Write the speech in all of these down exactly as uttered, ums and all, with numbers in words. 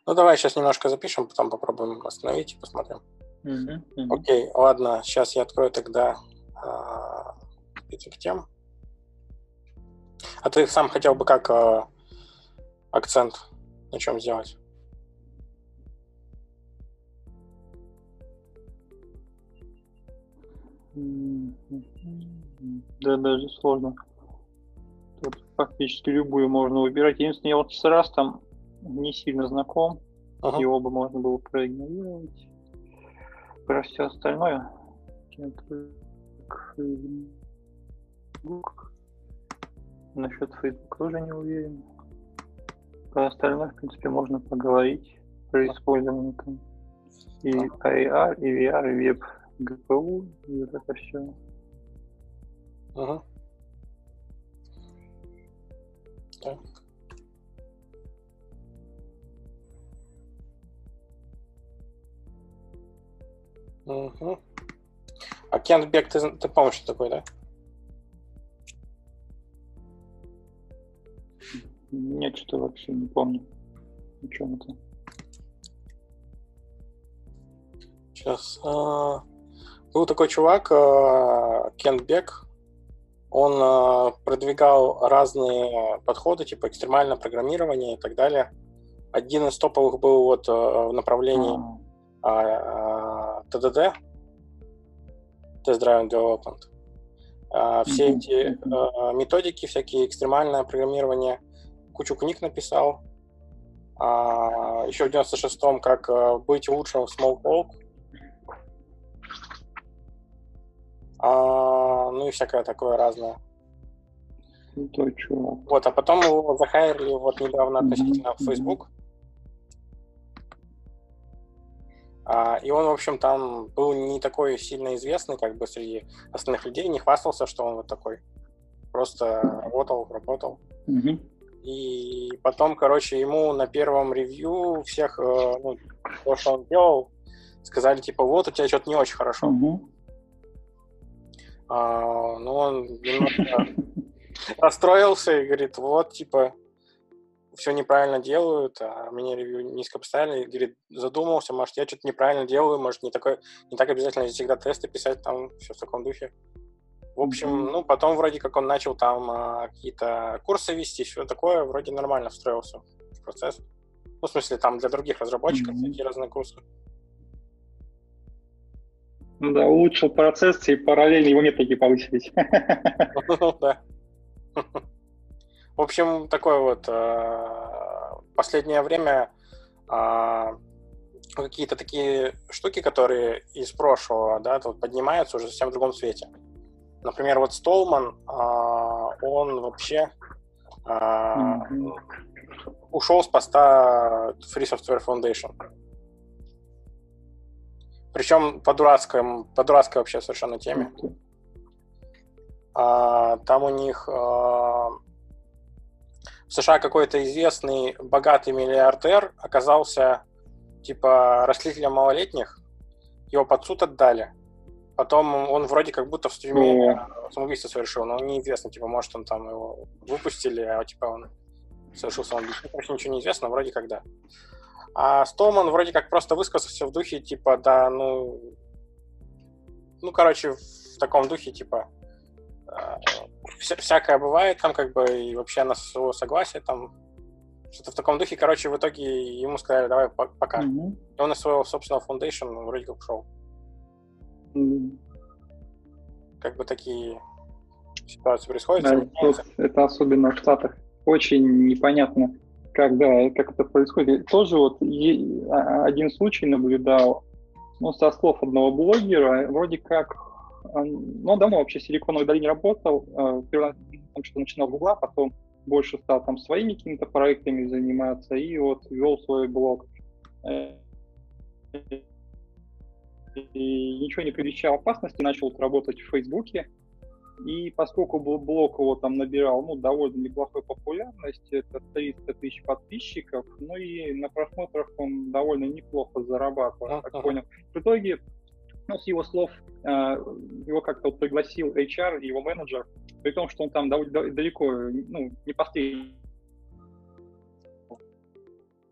Ну, давай сейчас немножко запишем, потом попробуем остановить и посмотрим. Uh-huh, uh-huh. Окей, ладно, сейчас я открою тогда а, список тем. А ты сам хотел бы как а, акцент на чем сделать? Да, даже сложно. Тут фактически любую можно выбирать. Единственное, я вот с Rust не сильно знаком. Uh-huh. Его бы можно было проигнорировать. Про все остальное. Насчет Facebook тоже не уверен. Про остальное, в принципе, можно поговорить. Про использование там и эй ар, и ви ар, и веб, джи пи ю, и вот это все. Uh-huh. Так. Угу. А Кентбек, ты, ты помнишь, что такое, да? Нет, что вообще не помню. О чем это? Сейчас. А, был такой чувак, а, Кентбек. Он а, продвигал разные подходы, типа экстремальное программирование и так далее. Один из топовых был вот а, в направлении а, а, ти ди ди, Test Driven Development. А, все mm-hmm. эти а, методики, всякие экстремальное программирование, кучу книг написал. А, еще в девяносто шестом как а, быть лучшим в Smalltalk. А, ну и всякое такое разное. Точно. Вот, а потом его захайрили вот недавно относительно mm-hmm. в Facebook. А, и он, в общем, там был не такой сильно известный, как бы, среди остальных людей, не хвастался, что он вот такой. Просто работал, работал. Mm-hmm. И потом, короче, ему на первом ревью всех, ну, то, что он делал, сказали, типа, вот, у тебя что-то не очень хорошо. Mm-hmm. А, ну, он немножко расстроился и говорит, вот, типа, все неправильно делают, а мне ревью низко поставили, и говорит, задумался, может, я что-то неправильно делаю, может, не, такой, не так обязательно всегда тесты писать, там, все в таком духе. В общем, mm-hmm. ну, потом вроде как он начал там а, какие-то курсы вести, все такое, вроде нормально встроился в процесс. Ну, в смысле, там для других разработчиков mm-hmm. такие разные курсы. Ну да, улучшил процесс, и параллельно его метрики повысились. Да. В общем, такое вот последнее время какие-то такие штуки, которые из прошлого, да, тут поднимаются уже совсем в другом свете. Например, вот Столман, он вообще mm-hmm. ушел с поста Free Software Foundation. Причем по дурацкому, по дурацкой вообще совершенно теме. Mm-hmm. А, там у них а, в США какой-то известный богатый миллиардер оказался типа растлителем малолетних, его под суд отдали. Потом он вроде как будто в тюрьме mm-hmm. самоубийство совершил, но неизвестно, типа, может, он там его выпустили, а типа он совершил самоубийство. Короче, ничего не известно, вроде как да. А Столман вроде как просто высказался в духе, типа, да, ну... Ну, короче, в таком духе, типа... Э, вся, всякое бывает там, как бы, и вообще на своего согласия там... Что-то в таком духе, короче, в итоге ему сказали, давай, пока. Mm-hmm. И он из своего собственного фундейшн вроде как ушел. Mm-hmm. Как бы такие ситуации происходят. Да, вот это особенно в Штатах. Очень непонятно, когда, как это происходит. Тоже вот один случай наблюдал, ну, со слов одного блогера, вроде как, ну, он давно вообще в Силиконовой долине работал, первое, что начинал в Гугла, потом больше стал там своими какими-то проектами заниматься и вот вел свой блог. И ничего не предвещало опасности, начал вот работать в Фейсбуке. И поскольку блог его там набирал, ну, довольно неплохой популярности, это триста тысяч подписчиков, ну и на просмотрах он довольно неплохо зарабатывал, я так понял. В итоге, ну, с его слов, его как-то вот пригласил эйч ар, его менеджер, при том, что он там довольно далеко, ну, не последний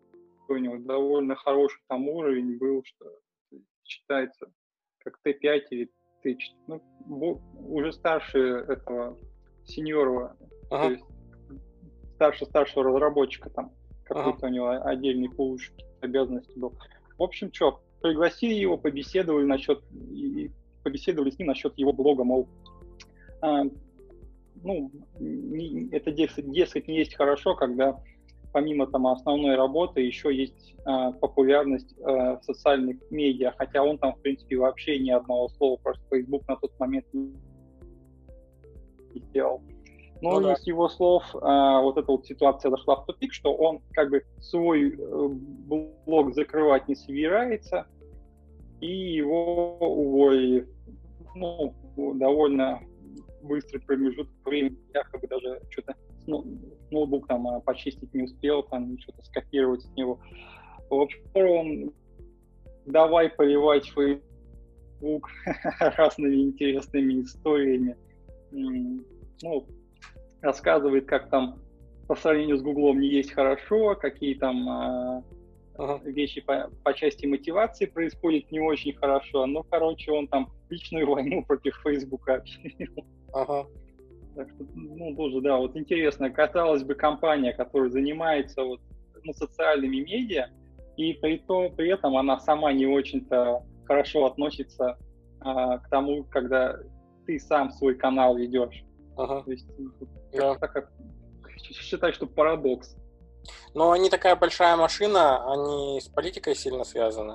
у него довольно хороший там уровень был, что считается как Т пять или Т четыре. Ну, уже старше этого сеньора, ага. то есть старше старшего разработчика там, какой-то ага. у него отдельный пулш обязанности был. В общем, что, пригласили его, побеседовали насчет, и побеседовали с ним насчет его блога, мол, а, ну, не, это, дескать, дескать, не есть хорошо, когда помимо там основной работы еще есть а, популярность а, в социальных медиа, хотя он там, в принципе, вообще ни одного слова про Facebook на тот момент не сделал. Но ну, да. Из его слов а, вот эта вот ситуация зашла в тупик, что он как бы свой э, блог закрывать не собирается, и его уволили. Ну, довольно быстрый промежуток времени, якобы даже что-то ну, ноутбук там а, почистить не успел, там что-то скопировать с него. В общем, он давай поливать Facebook разными интересными историями. Ну, рассказывает, как там по сравнению с Гуглом не есть хорошо, какие там а, uh-huh. вещи по, по части мотивации происходят не очень хорошо. Ну, короче, он там личную войну против Фейсбука объявил. Uh-huh. Так что, ну, тоже, да, вот интересно, казалось бы, компания, которая занимается вот, ну, социальными медиа, и при, то, при этом она сама не очень-то хорошо относится а, к тому, когда ты сам свой канал ведешь. Ага. То есть, да. как, как, считай, что парадокс. Но они такая большая машина, они с политикой сильно связаны.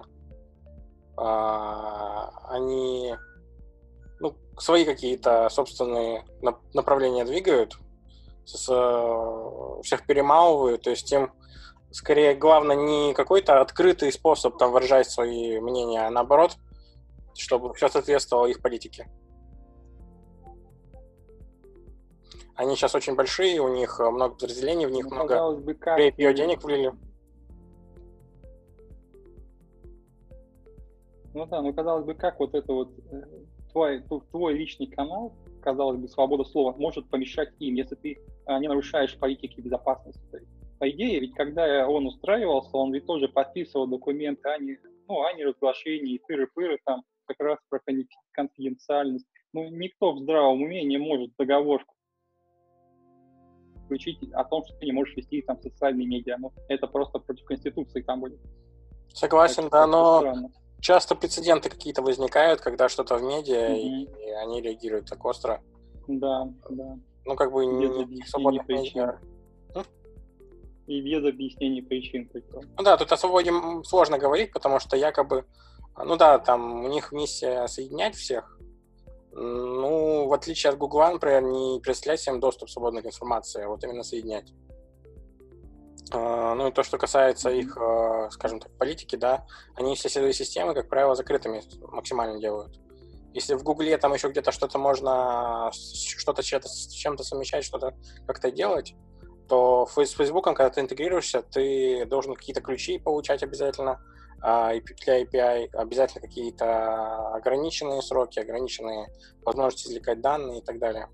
А, они ну, свои какие-то собственные направления двигают, с, всех перемалывают. То есть им скорее главное не какой-то открытый способ там выражать свои мнения, а наоборот, чтобы все соответствовало их политике. Они сейчас очень большие, у них много подразделений, в них ну, много бы, как... ее денег влили. Ну да, ну казалось бы, как вот это вот твой, твой личный канал, казалось бы, свобода слова, может помешать им, если ты а, не нарушаешь политики безопасности. По идее, ведь когда он устраивался, он ведь тоже подписывал документы о, не, ну, о неразглашении, тыры-пыры, там как раз про конфиденциальность. Ну, никто в здравом уме не может договор включить о том, что ты не можешь вести там социальные медиа. Ну, это просто против Конституции там будет. Согласен, так, да, но странно. Часто прецеденты какие-то возникают, когда что-то в медиа, mm-hmm. и, и они реагируют так остро. Да, да. Ну, как бы не свободных медиа. И без объяснений причин. Ну да, тут о свободе сложно говорить, потому что якобы, ну да, там у них миссия соединять всех. Ну, в отличие от Гугла, например, не предоставлять всем доступ к свободной информации, а вот именно соединять. Ну и то, что касается их, скажем так, политики, да, они все свои системы, как правило, закрытыми максимально делают. Если в Гугле там еще где-то что-то можно, что-то с чем-то совмещать, что-то как-то делать, то с Фейсбуком, когда ты интегрируешься, ты должен какие-то ключи получать обязательно для эй пи ай, обязательно какие-то ограниченные сроки, ограниченные возможности извлекать данные и так далее.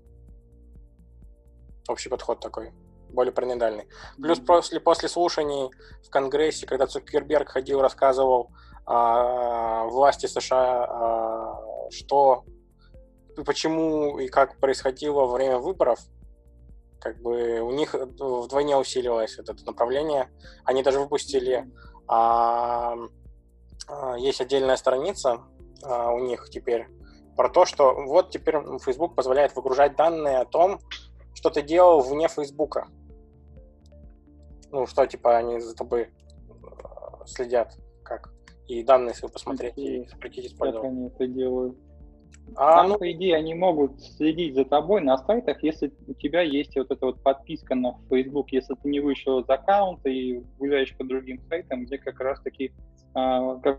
Общий подход такой, более параноидальный. Плюс mm-hmm. после, после слушаний в Конгрессе, когда Цукерберг ходил, рассказывал э, власти США, э, что, почему и как происходило во время выборов, как бы у них вдвойне усилилось это направление. Они даже выпустили, а, а, есть отдельная страница а, у них теперь про то, что вот теперь Facebook позволяет выгружать данные о том, что ты делал вне Фейсбука. Ну, что, типа, они за тобой следят, как, и данные свои посмотреть, и запретить использовать. Как они это делают? А, Там, ну... по идее, они могут следить за тобой на сайтах, если у тебя есть вот эта вот подписка на Facebook, если ты не вышел из аккаунта и гуляешь по другим сайтам, где как раз-таки а, как...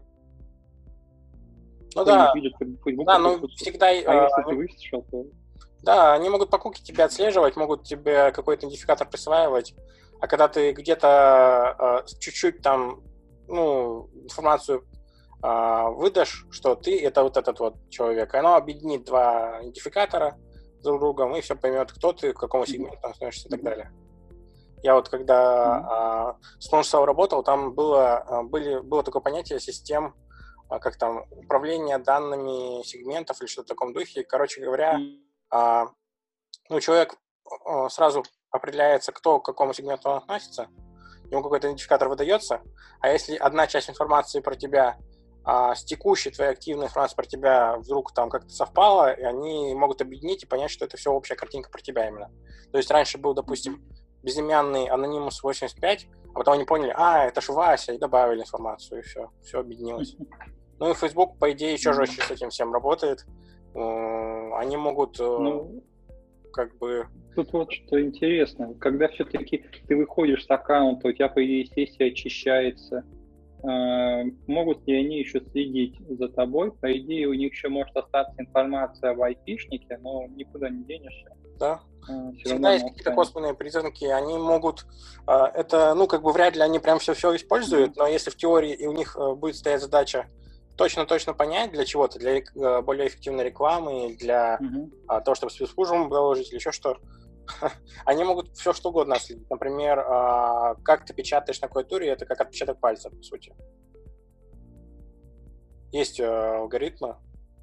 ну да, видят, как Facebook, да, ну всегда... А, а если ты вышел, то... Да, они могут по куки тебя отслеживать, могут тебе какой-то идентификатор присваивать, а когда ты где-то э, чуть-чуть там, ну, информацию э, выдашь, что ты это вот этот вот человек, и оно объединит два идентификатора друг с другом и все поймет, кто ты, к какому сегменту относишься и так далее. Я вот когда mm-hmm. с Launchcell работал, там было, были, было такое понятие систем, как там, управление данными сегментов или что-то в таком духе. Короче говоря, mm-hmm. ну, человек сразу определяется, кто к какому сегменту он относится, ему какой-то идентификатор выдается, а если одна часть информации про тебя а, с текущей твоей активной информацией про тебя вдруг там как-то совпала, и они могут объединить и понять, что это все общая картинка про тебя именно. То есть раньше был, допустим, безымянный Anonymous восемьдесят пять, а потом они поняли, а, это ж Вася, и добавили информацию, и все, все объединилось. Ну и Facebook, по идее, еще жестче с этим всем работает. Они могут ну, как бы... Тут вот что интересно, когда все-таки ты выходишь с аккаунта, у тебя, по идее, сессия очищается, э, могут ли они еще следить за тобой? По идее, у них еще может остаться информация об айпишнике, но никуда не денешься. Да. Э, Всегда есть какие-то косвенные признаки, они могут... Э, это, ну, как бы вряд ли они прям все-все используют, mm-hmm. но если в теории и у них э, будет стоять задача точно-точно понять для чего-то, для э, более эффективной рекламы, для mm-hmm. э, того, чтобы спецслужбам доложить или еще что, они могут все что угодно отследить. Например, э, как ты печатаешь на клавиатуре, это как отпечаток пальца, по сути. Есть э, алгоритмы.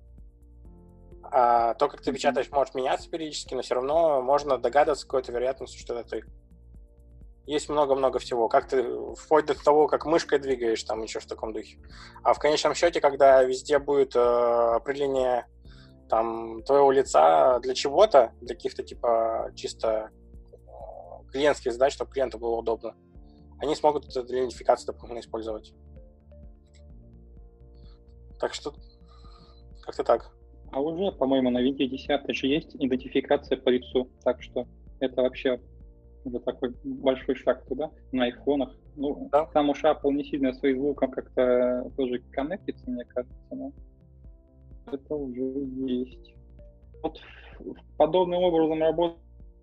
А то, как ты печатаешь, может меняться периодически, но все равно можно догадываться какой-то вероятностью, что это ты. Есть много-много всего. Как ты, вплоть до того, как мышкой двигаешь, там еще в таком духе. А в конечном счете, когда везде будет э, определение там, твоего лица для чего-то, для каких-то типа чисто клиентских задач, чтобы клиенту было удобно, они смогут это для идентификации дополнительно использовать. Так что как-то так. А уже, по-моему, на Винде десять же есть идентификация по лицу, так что это вообще уже такой большой шаг туда, на айфонах. Ну, да. Там уж Apple не сильно с Фейсбуком как-то тоже коннектится, мне кажется, но это уже есть. Вот подобным образом работать,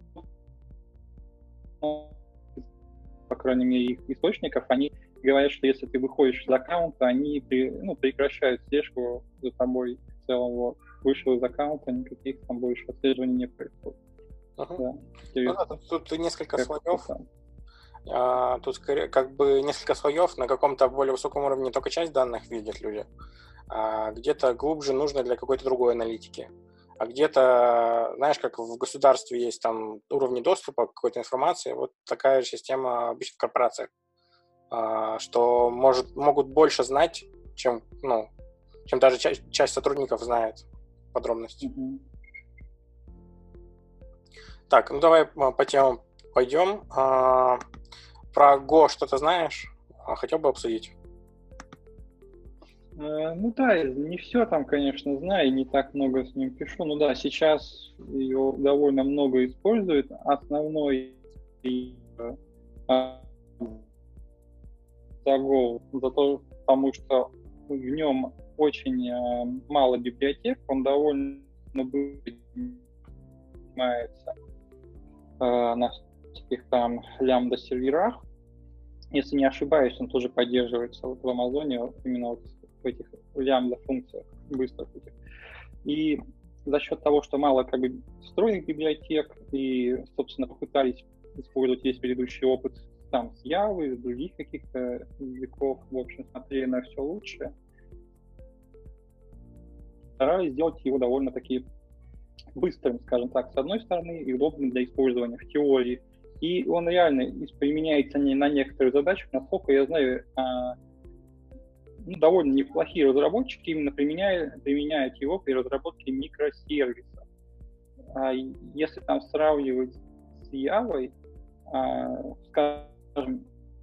по крайней мере, их источников, они говорят, что если ты выходишь из аккаунта, они ну, прекращают слежку за тобой в целом. Вот. Вышел из аккаунта, никаких там больше отслеживаний не происходит. Uh-huh. Да, ну, да, тут, тут несколько как слоев. А, тут скорее как бы несколько слоев, на каком-то более высоком уровне не только часть данных видят люди, а где-то глубже нужно для какой-то другой аналитики. А где-то, знаешь, как в государстве есть там уровни доступа к какой-то информации, вот такая же система обычно в корпорациях, а, что может, могут больше знать, чем, ну, чем даже часть, часть сотрудников знает подробности. Mm-hmm. Так, ну давай по темам пойдем. А, про Go что-то знаешь? А, хотел бы обсудить. Э, ну да, не все там, конечно, знаю, не так много с ним пишу. Ну да, сейчас ее довольно много используют. Основной э, за Go, за то, потому что в нем очень э, мало библиотек, он довольно быстро занимается на всяких там лямбда-серверах. Если не ошибаюсь, он тоже поддерживается вот в Амазоне именно вот в этих лямбда-функциях быстрых этих. И за счет того, что мало как бы встроенных библиотек и, собственно, попытались использовать весь предыдущий опыт там с Явы, с других каких-то языков, в общем, смотрели на все лучшее, старались сделать его довольно-таки быстрым, скажем так, с одной стороны, и удобным для использования в теории. И он реально применяется не на некоторых задачах, насколько я знаю, а, ну, довольно неплохие разработчики именно применяют, применяют его при разработке микросервисов. А если там сравнивать с Явой, а, скажем,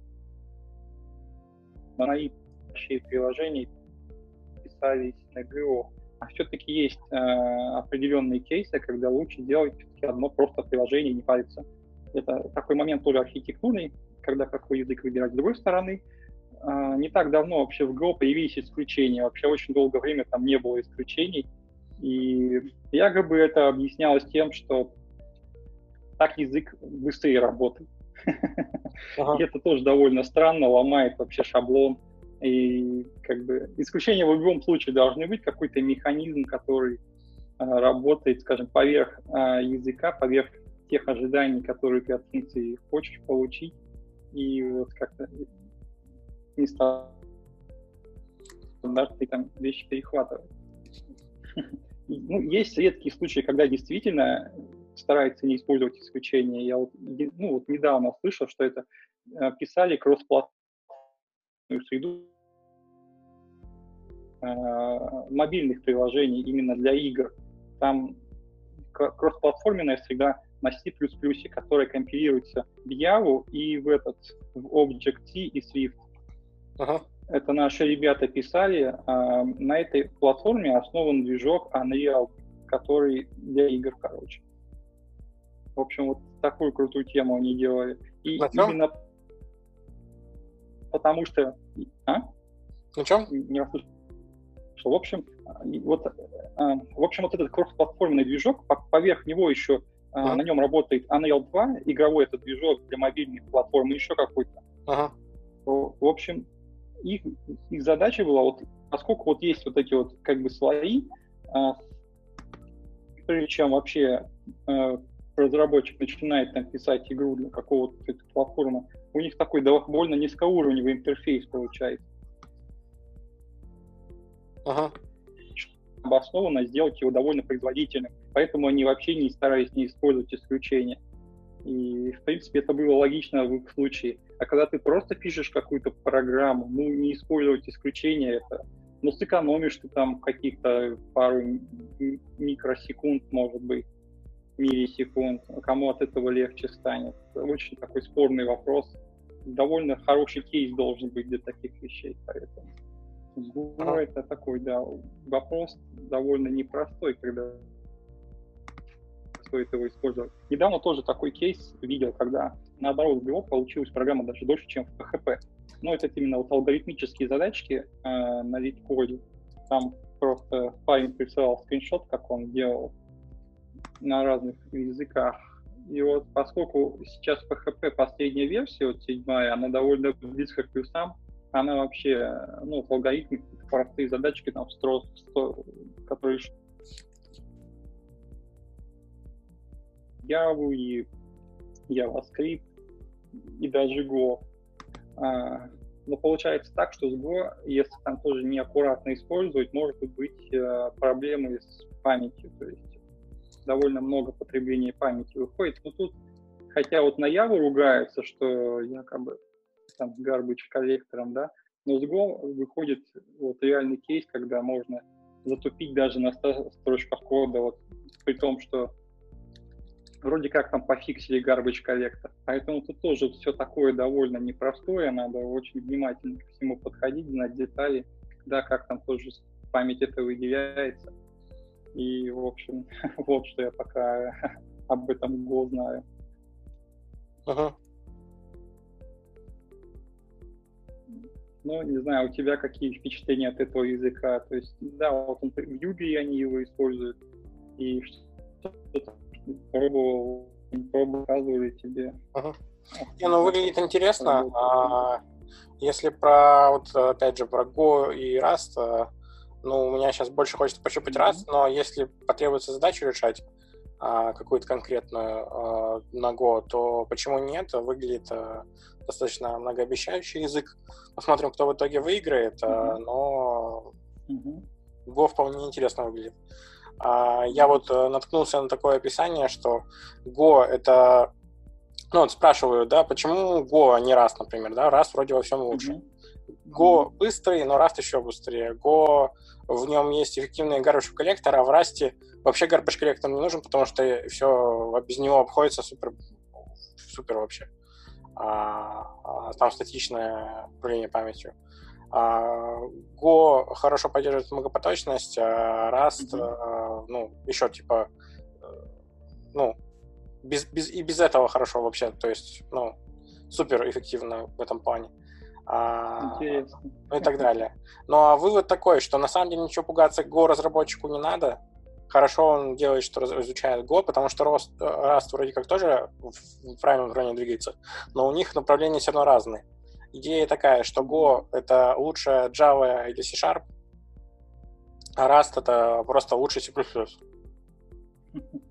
мои приложения писались на ГО, а все-таки есть э, определенные кейсы, когда лучше делать одно просто приложение и не париться. Это такой момент тоже архитектурный, когда какой язык выбирать. С другой стороны, э, не так давно вообще в Go появились исключения. Вообще очень долгое время там не было исключений. И якобы это объяснялось тем, что так язык быстрее работает. Ага. И это тоже довольно странно, ломает вообще шаблон. И как бы исключения в любом случае должны быть, какой-то механизм, который а, работает, скажем, поверх а, языка, поверх тех ожиданий, которые ты от функции хочешь получить, и вот как-то не стандартные там вещи перехватывать. Ну, есть редкие случаи, когда действительно стараются не использовать исключения. Я вот, ну, вот недавно слышал, что это писали кросс-платформенную среду мобильных приложений именно для игр. Там кроссплатформенная среда на C++, которая компилируется в Java и в этот в Object-C и Swift. Uh-huh. Это наши ребята писали. На этой платформе основан движок Unreal, который для игр, короче. В общем, вот такую крутую тему они делали. И на чем? именно потому что... А? На чем? Не расслышал. В общем, вот, в общем, вот этот кроссплатформенный движок, поверх него еще uh-huh. на нем работает Unreal два, игровой этот движок для мобильных платформ, и еще какой-то. Uh-huh. В общем, их, их задача была, вот, поскольку вот есть вот эти вот как бы слои, прежде чем вообще разработчик начинает там писать игру для какого-то платформы, у них такой довольно низкоуровневый интерфейс получается. Ага. Обоснованно сделать его довольно производительным. Поэтому они вообще не старались не использовать исключения. И, в принципе, это было логично в их случае. А когда ты просто пишешь какую-то программу, ну, не использовать исключения, это, ну, сэкономишь ты там каких-то пару микросекунд, может быть, миллисекунд. Кому от этого легче станет? Это очень такой спорный вопрос. Довольно хороший кейс должен быть для таких вещей, поэтому... Go а. это такой, да, вопрос довольно непростой, когда стоит его использовать. Недавно тоже такой кейс видел, когда наоборот в Go получилась программа даже дольше, чем в пи эйч пи. Но это именно вот алгоритмические задачки э, на лид-коде. Там просто парень присылал скриншот, как он делал на разных языках. И вот поскольку сейчас пи эйч пи последняя версия, вот седьмая, она довольно близко к плюсам, она вообще, ну, в алгоритме простые задачки, там, стро, стро, которые Java и JavaScript и даже Go. А, но получается так, что с Go, если там тоже неаккуратно использовать, может быть а, проблемы с памятью, то есть довольно много потребления памяти выходит. Но тут, хотя вот на Java ругаются, что якобы там с garbage коллектором, да, но с Go выходит вот реальный кейс, когда можно затупить даже на ста строчках кода, вот, при том, что вроде как там пофиксили garbage коллектор. Поэтому тут тоже все такое довольно непростое, надо очень внимательно ко всему подходить, знать детали, когда как там тоже память это выделяется. И, в общем, вот что я пока об этом Go знаю. Uh-huh. Ну, не знаю, у тебя какие впечатления от этого языка? То есть, да, вот он в Юбе они его используют, и что-то пробовал, пробовал, показывали тебе. Uh-huh. Не, ну, выглядит интересно. А, если про, вот, опять же, про Go и Rust, ну, у меня сейчас больше хочется пощупать Rust, но если потребуется задачу решать, а, какую-то конкретную а, на Go, то почему нет? Выглядит а, достаточно многообещающий язык. Посмотрим, кто в итоге выиграет, mm-hmm. а, но mm-hmm. Go вполне интересно выглядит. А, я вот а, наткнулся на такое описание, что Go это... Ну, вот спрашиваю, да, почему Go, а не Rust, например, да? Rust вроде во всем лучше. Mm-hmm. Go быстрый, но Rust еще быстрее. Go, в нем есть эффективный garbage коллектор, а в Rust вообще garbage коллектор не нужен, потому что все без него обходится супер, супер вообще. А, а, там статичное управление памятью. А, Go хорошо поддерживает многопоточность, а Rust, mm-hmm. а, ну, еще типа, ну, без, без, и без этого хорошо вообще, то есть, ну, супер эффективно в этом плане. А, ну и так далее. Ну а вывод такой, что на самом деле ничего пугаться Go разработчику не надо. Хорошо он делает, что изучает Go, потому что Rust, Rust вроде как тоже в правильном направлении двигается, но у них направления все равно разные. Идея такая, что Go — это лучше Java или C-Sharp, а Rust — это просто лучше C++.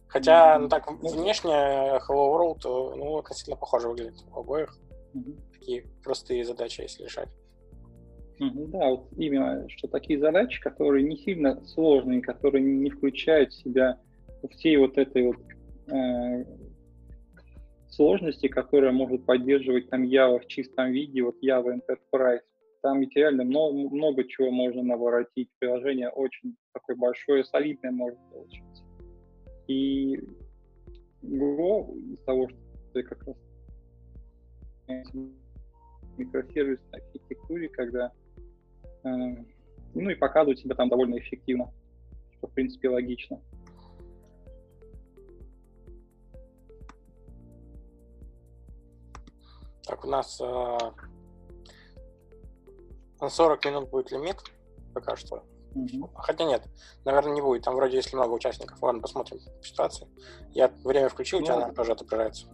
Хотя, ну так, внешне Hello World, ну, относительно похоже выглядит у обоих. Mm-hmm. Такие простые задачи, если решать. Mm-hmm. Да, вот именно, что такие задачи, которые не сильно сложные, которые не включают в себя всей вот этой вот э, сложности, которая может поддерживать там Java в чистом виде, вот Java Enterprise. Там ведь реально много, много чего можно наворотить. Приложение очень такое большое, солидное может получиться. И Go из того, что ты как раз микросервисной архитектуре, когда э, ну и показывает себя там довольно эффективно, что в принципе логично. Так, у нас э, на сорок минут будет лимит пока что. Mm-hmm. Хотя нет, наверное, не будет. Там вроде есть много участников. Ладно, посмотрим по ситуации. Я время включил, yeah. У тебя, наверное, тоже отображается.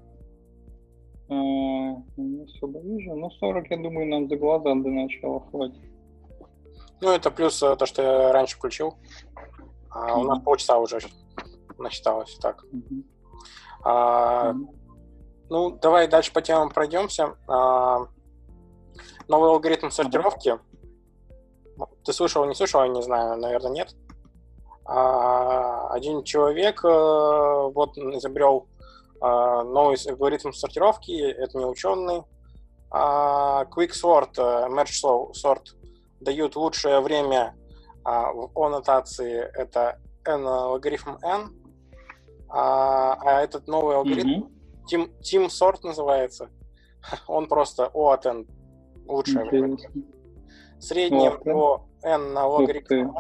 Uh, не особо вижу. Ну, сорок, я думаю, нам за глаза до начала хватит. Ну, это плюс то, что я раньше включил. А mm-hmm. у нас полчаса уже насчиталось. Так. Mm-hmm. А, mm-hmm. Ну, давай дальше по темам пройдемся. А, новый алгоритм сортировки. Mm-hmm. Ты слышал, не слышал, я не знаю, наверное, нет. А, один человек а, вот изобрел а, новый алгоритм сортировки, это не ученый. А, Quick Sort, Merge Sort дают лучшее время а, в о-нотации, это n логарифм n, а, а этот новый алгоритм mm-hmm. Team, Team Sort называется, он просто O от n, лучшее время. Среднее по n на логарифм n,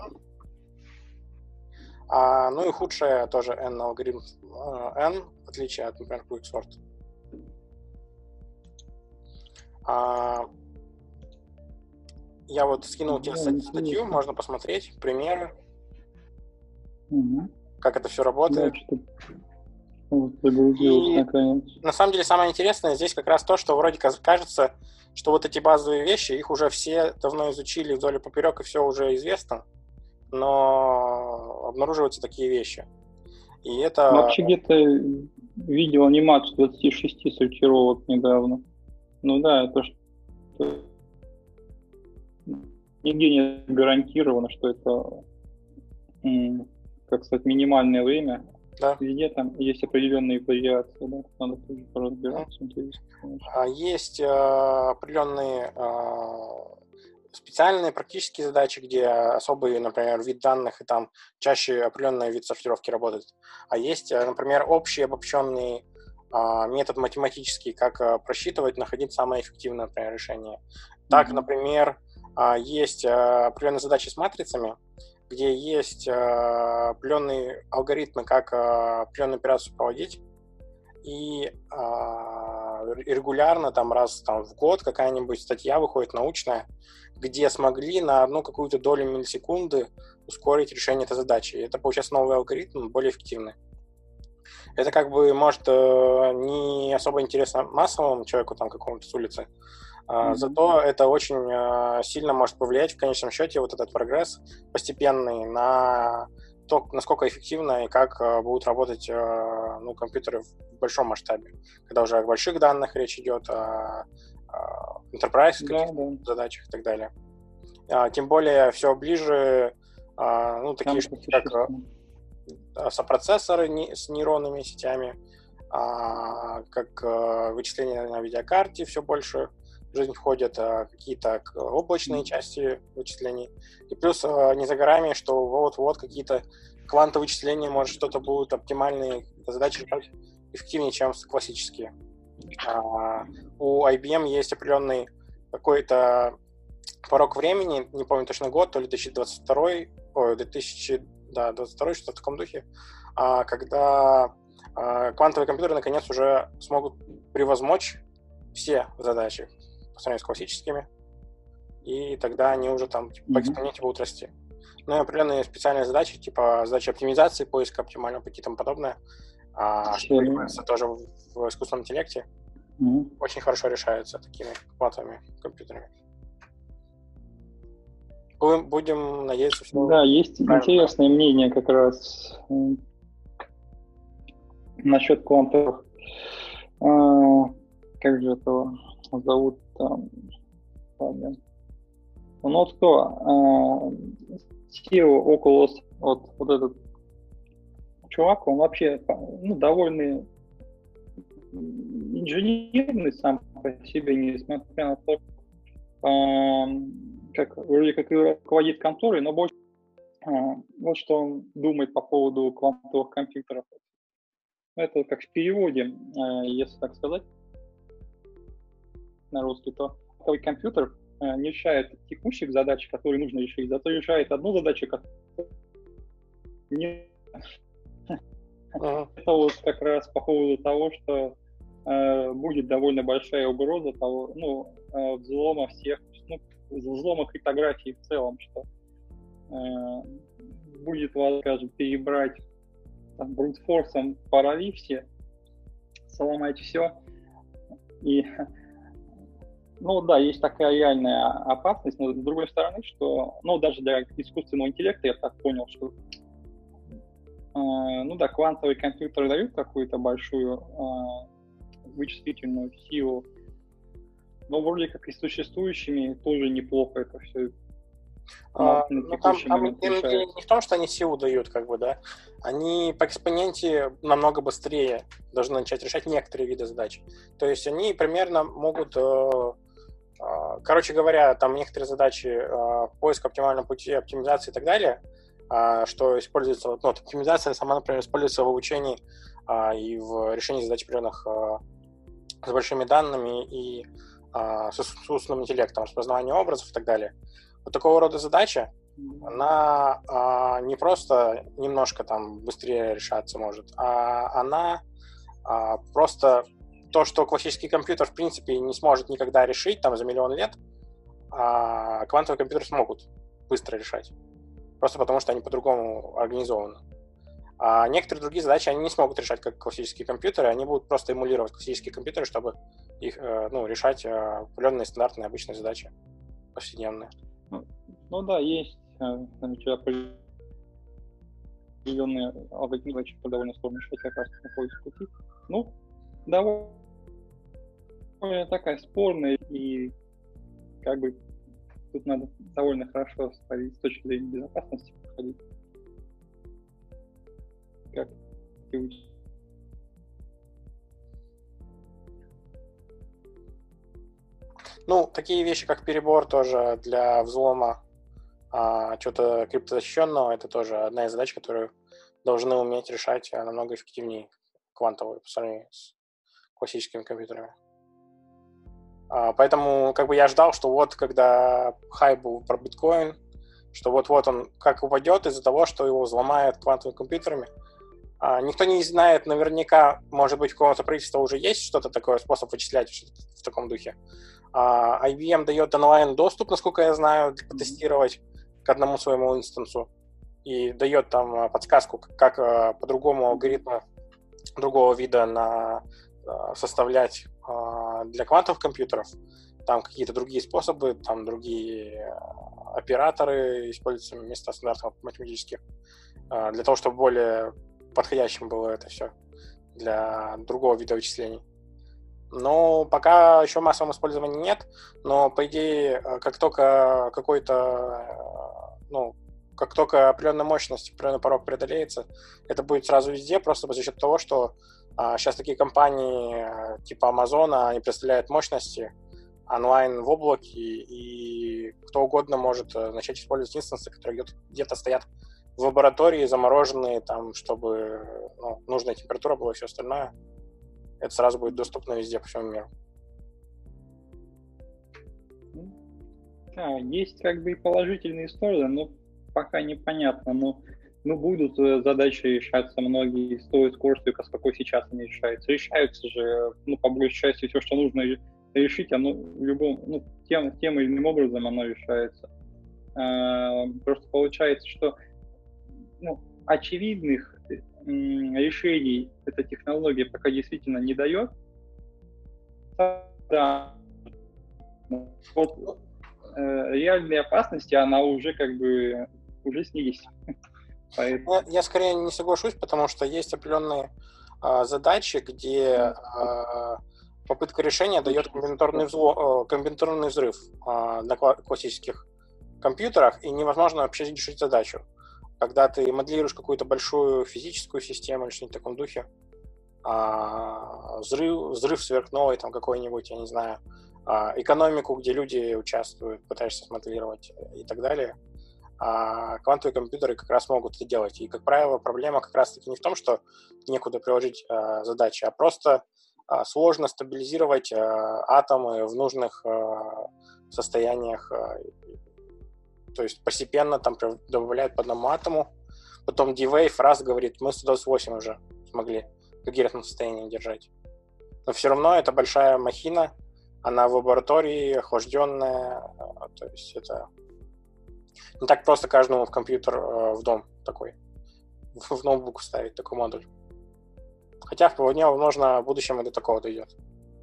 а, ну и худшее тоже n на логарифм n, в отличие от, например, Quicksort. А, я вот скинул тебе статью, можно посмотреть, примеры, угу. как это все работает. Да, вот, и наконец. На самом деле самое интересное здесь как раз то, что вроде кажется, что вот эти базовые вещи, их уже все давно изучили вдоль и поперек, и все уже известно, но обнаруживаются такие вещи. И это... Вообще где-то видел анимацию двадцати шести сортировок недавно. Ну да, это что... Нигде не гарантировано, что это, как сказать, минимальное время. Да. Везде там есть определенные вариации, да, надо тоже разбираться. А есть а, определенные а, специальные практические задачи, где особый, например, вид данных, и там чаще определенный вид сортировки работает. А есть, например, общий обобщенный а, метод математический, как а, просчитывать, находить самое эффективное, например, решение. Так, mm-hmm. например, а, есть а, определенные задачи с матрицами, где есть э, определенные алгоритмы, как э, определенную операцию проводить, и э, регулярно, там, раз там, в год какая-нибудь статья выходит научная, где смогли на одну какую-то долю миллисекунды ускорить решение этой задачи. И это получается новый алгоритм, более эффективный. Это как бы, может, э, не особо интересно массовому человеку, там, какому-то с улицы, Uh, mm-hmm. зато это очень uh, сильно может повлиять в конечном счете вот этот прогресс постепенный на то, насколько эффективно и как uh, будут работать uh, ну, компьютеры в большом масштабе, когда уже о больших данных речь идет, о, о enterprise каких-то yeah, yeah. задачах и так далее. Uh, тем более все ближе uh, ну, такие штуки, как uh, сопроцессоры не, с нейронными сетями, uh, как uh, вычисления на видеокарте все больше в жизнь входят а, какие-то облачные части вычислений. И плюс а, не за горами, что вот-вот какие-то квантовые вычисления, может, что-то будут оптимальные задачи решать эффективнее, чем классические. А, у ай би эм есть определенный какой-то порог времени, не помню точно год, то ли две тысячи двадцать второй, ой, две тысячи двадцать второй, что-то в таком духе, а, когда а, квантовые компьютеры наконец уже смогут превозмочь все задачи по сравнению с классическими, и тогда они уже там типа, mm-hmm. по экспоненте будут расти. Ну и определенные специальные задачи, типа задачи оптимизации, поиска оптимального пути и тому подобное, а, что является тоже в, в искусственном интеллекте, mm-hmm. очень хорошо решаются такими квантовыми компьютерами. Будем, будем надеяться, что... Да, есть правильно. Интересное мнение как раз насчет квантовых, а, как же этого зовут там, ладно. Ну вот кто, а, си и о Oculus, вот, вот этот чувак, он вообще, ну, довольно инженерный сам по себе, несмотря на то, а, как, вроде как и руководит конторой, но больше а, вот что он думает по поводу квантовых компьютеров. Это как в переводе, а, если так сказать, на русский, то квантовый компьютер а, не решает текущих задач, которые нужно решить, зато решает одну задачу, которую не... Uh-huh. Это вот как раз по поводу того, что э, будет довольно большая угроза того, ну, э, взлома всех, ну, взлома криптографии в целом, что э, будет вас, скажем, перебрать там, брутфорсом пароли все, сломать все. И, ну да, есть такая реальная опасность, но с другой стороны, что, ну, даже для искусственного интеллекта я так понял, что Uh, ну да, квантовые компьютеры дают какую-то большую uh, вычислительную силу, но вроде как и с существующими тоже неплохо это все. А, ну, там, там не, не в том, что они силу дают, как бы, да, они по экспоненте намного быстрее должны начать решать некоторые виды задач. То есть они примерно могут, э, э, короче говоря, там некоторые задачи э, поиска оптимального пути, оптимизации и так далее, что используется, ну, оптимизация сама, например, используется в обучении а, и в решении задач, определенных а, с большими данными и а, с искусственным интеллектом, распознавание образов и так далее. Вот такого рода задача, она а, не просто немножко там быстрее решаться может, а она а, просто то, что классический компьютер в принципе не сможет никогда решить там за миллион лет, а квантовые компьютеры смогут быстро решать. Просто потому, что они по-другому организованы. А некоторые другие задачи они не смогут решать как классические компьютеры, они будут просто эмулировать классические компьютеры, чтобы их, ну, решать определенные стандартные обычные задачи повседневные. Ну, ну да, есть определенные алгоритмы, что довольно сложно решать как раз на поиск пути. Ну, довольно такая спорная, и как бы тут надо довольно хорошо с точки зрения безопасности подходить. Как ты учишь? Ну, такие вещи, как перебор тоже для взлома а, чего-то криптозащищенного, это тоже одна из задач, которую должны уметь решать намного эффективнее квантовые по сравнению с классическими компьютерами. Поэтому как бы я ждал, что вот когда хайп был про биткоин, что вот-вот он как упадет из-за того, что его взломают квантовыми компьютерами. А, никто не знает наверняка, может быть, у какого-то правительства уже есть что-то такое, способ вычислять что-то в таком духе. А, ай би эм дает онлайн-доступ, насколько я знаю, потестировать к одному своему инстансу. И дает там подсказку, как по другому алгоритму другого вида на, составлять для квантовых компьютеров. Там какие-то другие способы, там другие операторы используются вместо стандартных математических, для того, чтобы более подходящим было это все для другого вида вычислений. Но пока еще массового использования нет, но по идее, как только какой-то, ну, как только определенная мощность, определенный порог преодолеется, это будет сразу везде, просто за счет того, что а, сейчас такие компании типа Амазона, они представляют мощности онлайн в облаке, и кто угодно может начать использовать инстансы, которые где-то стоят в лаборатории, замороженные, там, чтобы, ну, нужная температура была и все остальное. Это сразу будет доступно везде по всему миру. А, есть как бы и положительные стороны, но пока непонятно. Но, но будут задачи решаться многие с той скоростью, с какой сейчас они решаются. Решаются же, ну, по большей части, все, что нужно решить, оно в любом, ну, тем, тем или иным образом оно решается. А, просто получается, что, ну, очевидных м, решений эта технология пока действительно не дает. Да. Вот э, реальные опасности, она уже как бы уже снились. Поэтому... Я, я скорее не соглашусь, потому что есть определенные а, задачи, где а, попытка решения дает комбинаторный, взло, комбинаторный взрыв а, на классических компьютерах, и невозможно вообще решить задачу. Когда ты моделируешь какую-то большую физическую систему или что-нибудь в таком духе, а, взрыв, взрыв сверхновой там какой-нибудь, я не знаю, а, экономику, где люди участвуют, пытаешься смоделировать и так далее, а квантовые компьютеры как раз могут это делать. И, как правило, проблема как раз-таки не в том, что некуда приложить а, задачи, а просто а, сложно стабилизировать а, атомы в нужных а, состояниях. А, то есть постепенно там добавляют по одному атому. Потом D-Wave раз говорит, мы сто двадцать восемь уже смогли в когерентном состоянии держать. Но все равно это большая махина, она в лаборатории, охлажденная, то есть это не так просто каждому в компьютер в дом такой, в ноутбук ставить такой модуль. Хотя вполне возможно в будущем и до такого дойдет.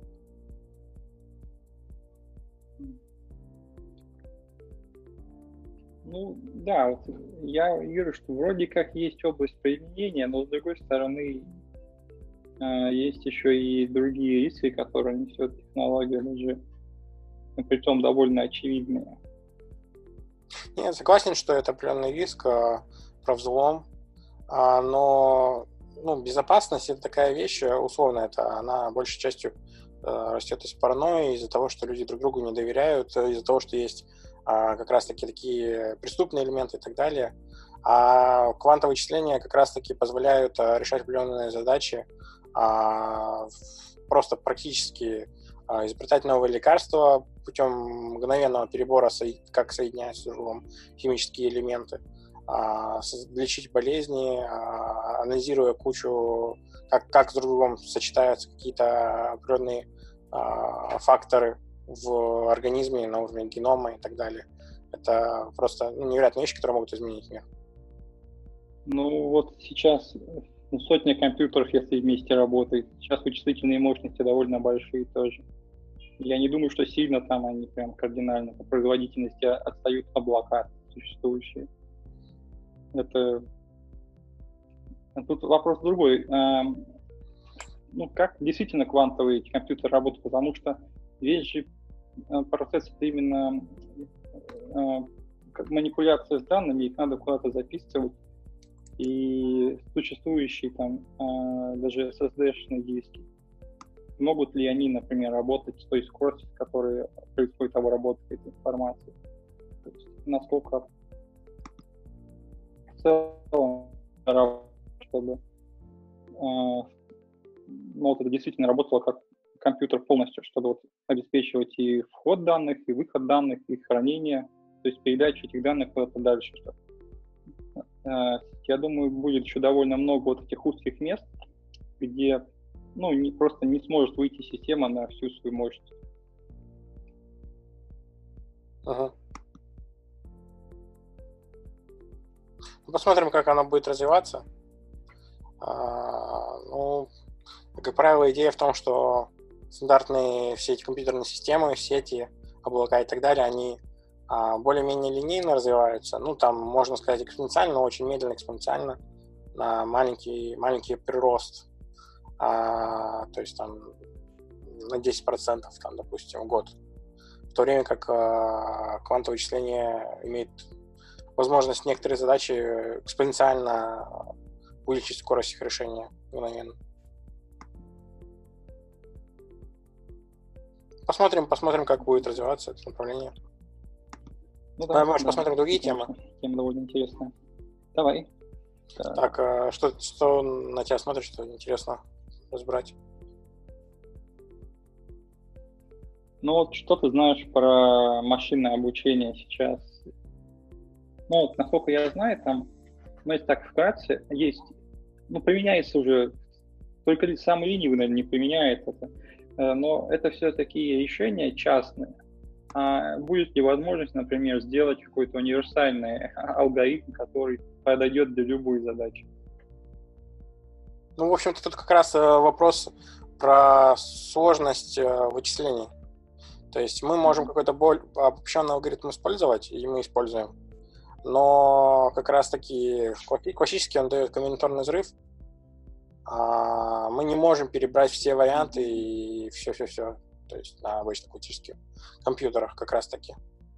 Ну, да, вот я вижу, что вроде как есть область применения, но с другой стороны есть еще и другие риски, которые несет технология, даже причем довольно очевидные. Я согласен, что это определенный риск а, про взлом, а, но ну, безопасность — это такая вещь, условно, это она большей частью а, растет из паранойи, из-за того, что люди друг другу не доверяют, из-за того, что есть а, как раз-таки такие преступные элементы и так далее. А квантовые вычисления как раз-таки позволяют а, решать определенные задачи, а, просто практически а, изобретать новые лекарства путем мгновенного перебора, как соединяются друг с другом химические элементы, а, лечить болезни, а, анализируя кучу, как, как с друг другом сочетаются какие-то определенные а, факторы в организме на уровне генома и так далее. Это просто ну, невероятные вещи, которые могут изменить мир. Ну вот сейчас ну, сотня компьютеров, если вместе работают. Сейчас вычислительные мощности довольно большие тоже. Я не думаю, что сильно там они прям кардинально по производительности отстают облака существующие. Это... Тут вопрос другой. Ну, как действительно квантовые компьютеры работают? Потому что весь же процесс — это именно как манипуляция с данными, их надо куда-то записывать. И существующие там даже эс эс ди-шные диски, могут ли они, например, работать с той скоростью, с которой происходит обработка этой информации? То есть насколько в целом, чтобы ну, вот это действительно работало как компьютер полностью, чтобы вот обеспечивать и вход данных, и выход данных, и хранение, то есть передачу этих данных куда-то дальше. Я думаю, будет еще довольно много вот этих узких мест, где ну, не, просто не сможет выйти система на всю свою мощность. Ага. Посмотрим, как она будет развиваться. А, ну, как правило, идея в том, что стандартные все эти компьютерные системы, сети, облака и так далее, они а, более-менее линейно развиваются. Ну, там, можно сказать, экспоненциально, но очень медленно экспоненциально, на маленький, маленький прирост. А, то есть там на десять процентов, там, допустим, в год. В то время как а, квантовое вычисление имеет возможность некоторые задачи экспоненциально увеличить скорость их решения мгновенно. Посмотрим, посмотрим, как будет развиваться это направление. Ну, да, может, да, посмотрим другие темы. Тема довольно интересная. Давай. Так, а что, что на тебя смотришь, что интересно разбирать? Ну вот что ты знаешь про машинное обучение сейчас? Ну вот, насколько я знаю, там, ну если так вкратце, есть, ну применяется уже, только самый ленивый, наверное, не применяет это, но это все такие решения частные. А будет ли возможность, например, сделать какой-то универсальный алгоритм, который подойдет для любой задачи? Ну, в общем-то, тут как раз вопрос про сложность вычислений. То есть мы можем какой-то более обобщенный алгоритм использовать, и мы используем, но как раз-таки классически он дает комбинаторный взрыв, а, мы не можем перебрать все варианты и все-все-все, то есть на обычных классических компьютерах как раз-таки.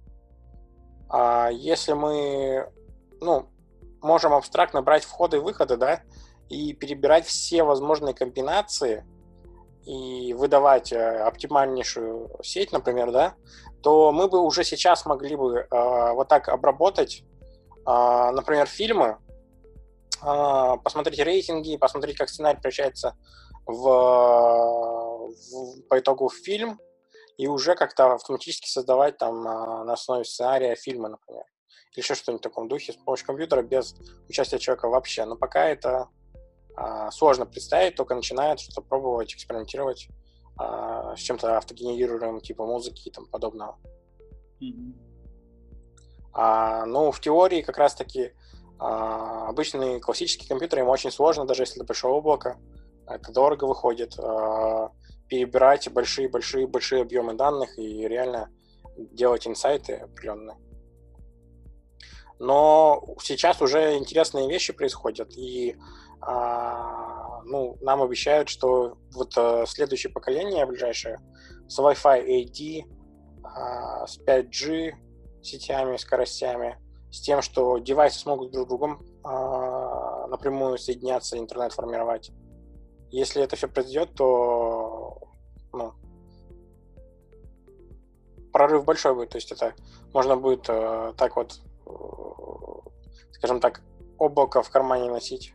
А если мы, ну, можем абстрактно брать входы и выходы, да, и перебирать все возможные комбинации и выдавать э, оптимальнейшую сеть, например, да, то мы бы уже сейчас могли бы э, вот так обработать, э, например, фильмы, э, посмотреть рейтинги, посмотреть, как сценарий превращается в, в, по итогу в фильм, и уже как-то автоматически создавать там э, на основе сценария фильмы, например, или еще что-нибудь в таком духе с помощью компьютера без участия человека вообще. Но пока это а, сложно представить, только начинают что-то пробовать, экспериментировать а, с чем-то автогенерируемым, типа музыки и тому подобного. Mm-hmm. А, ну, в теории как раз-таки а, обычные классические компьютеры, им очень сложно, даже если это большое облако, это дорого выходит, а, перебирать большие-большие-большие объемы данных и реально делать инсайты определенные. Но сейчас уже интересные вещи происходят, и а, ну, нам обещают, что вот а, следующее поколение, ближайшее, с Wi-Fi эйч ди, а, с пять джи сетями, скоростями, с тем, что девайсы смогут друг с другом а, напрямую соединяться, интернет формировать. Если это все произойдет, то ну, прорыв большой будет. То есть это можно будет а, так вот, скажем так, облако в кармане носить.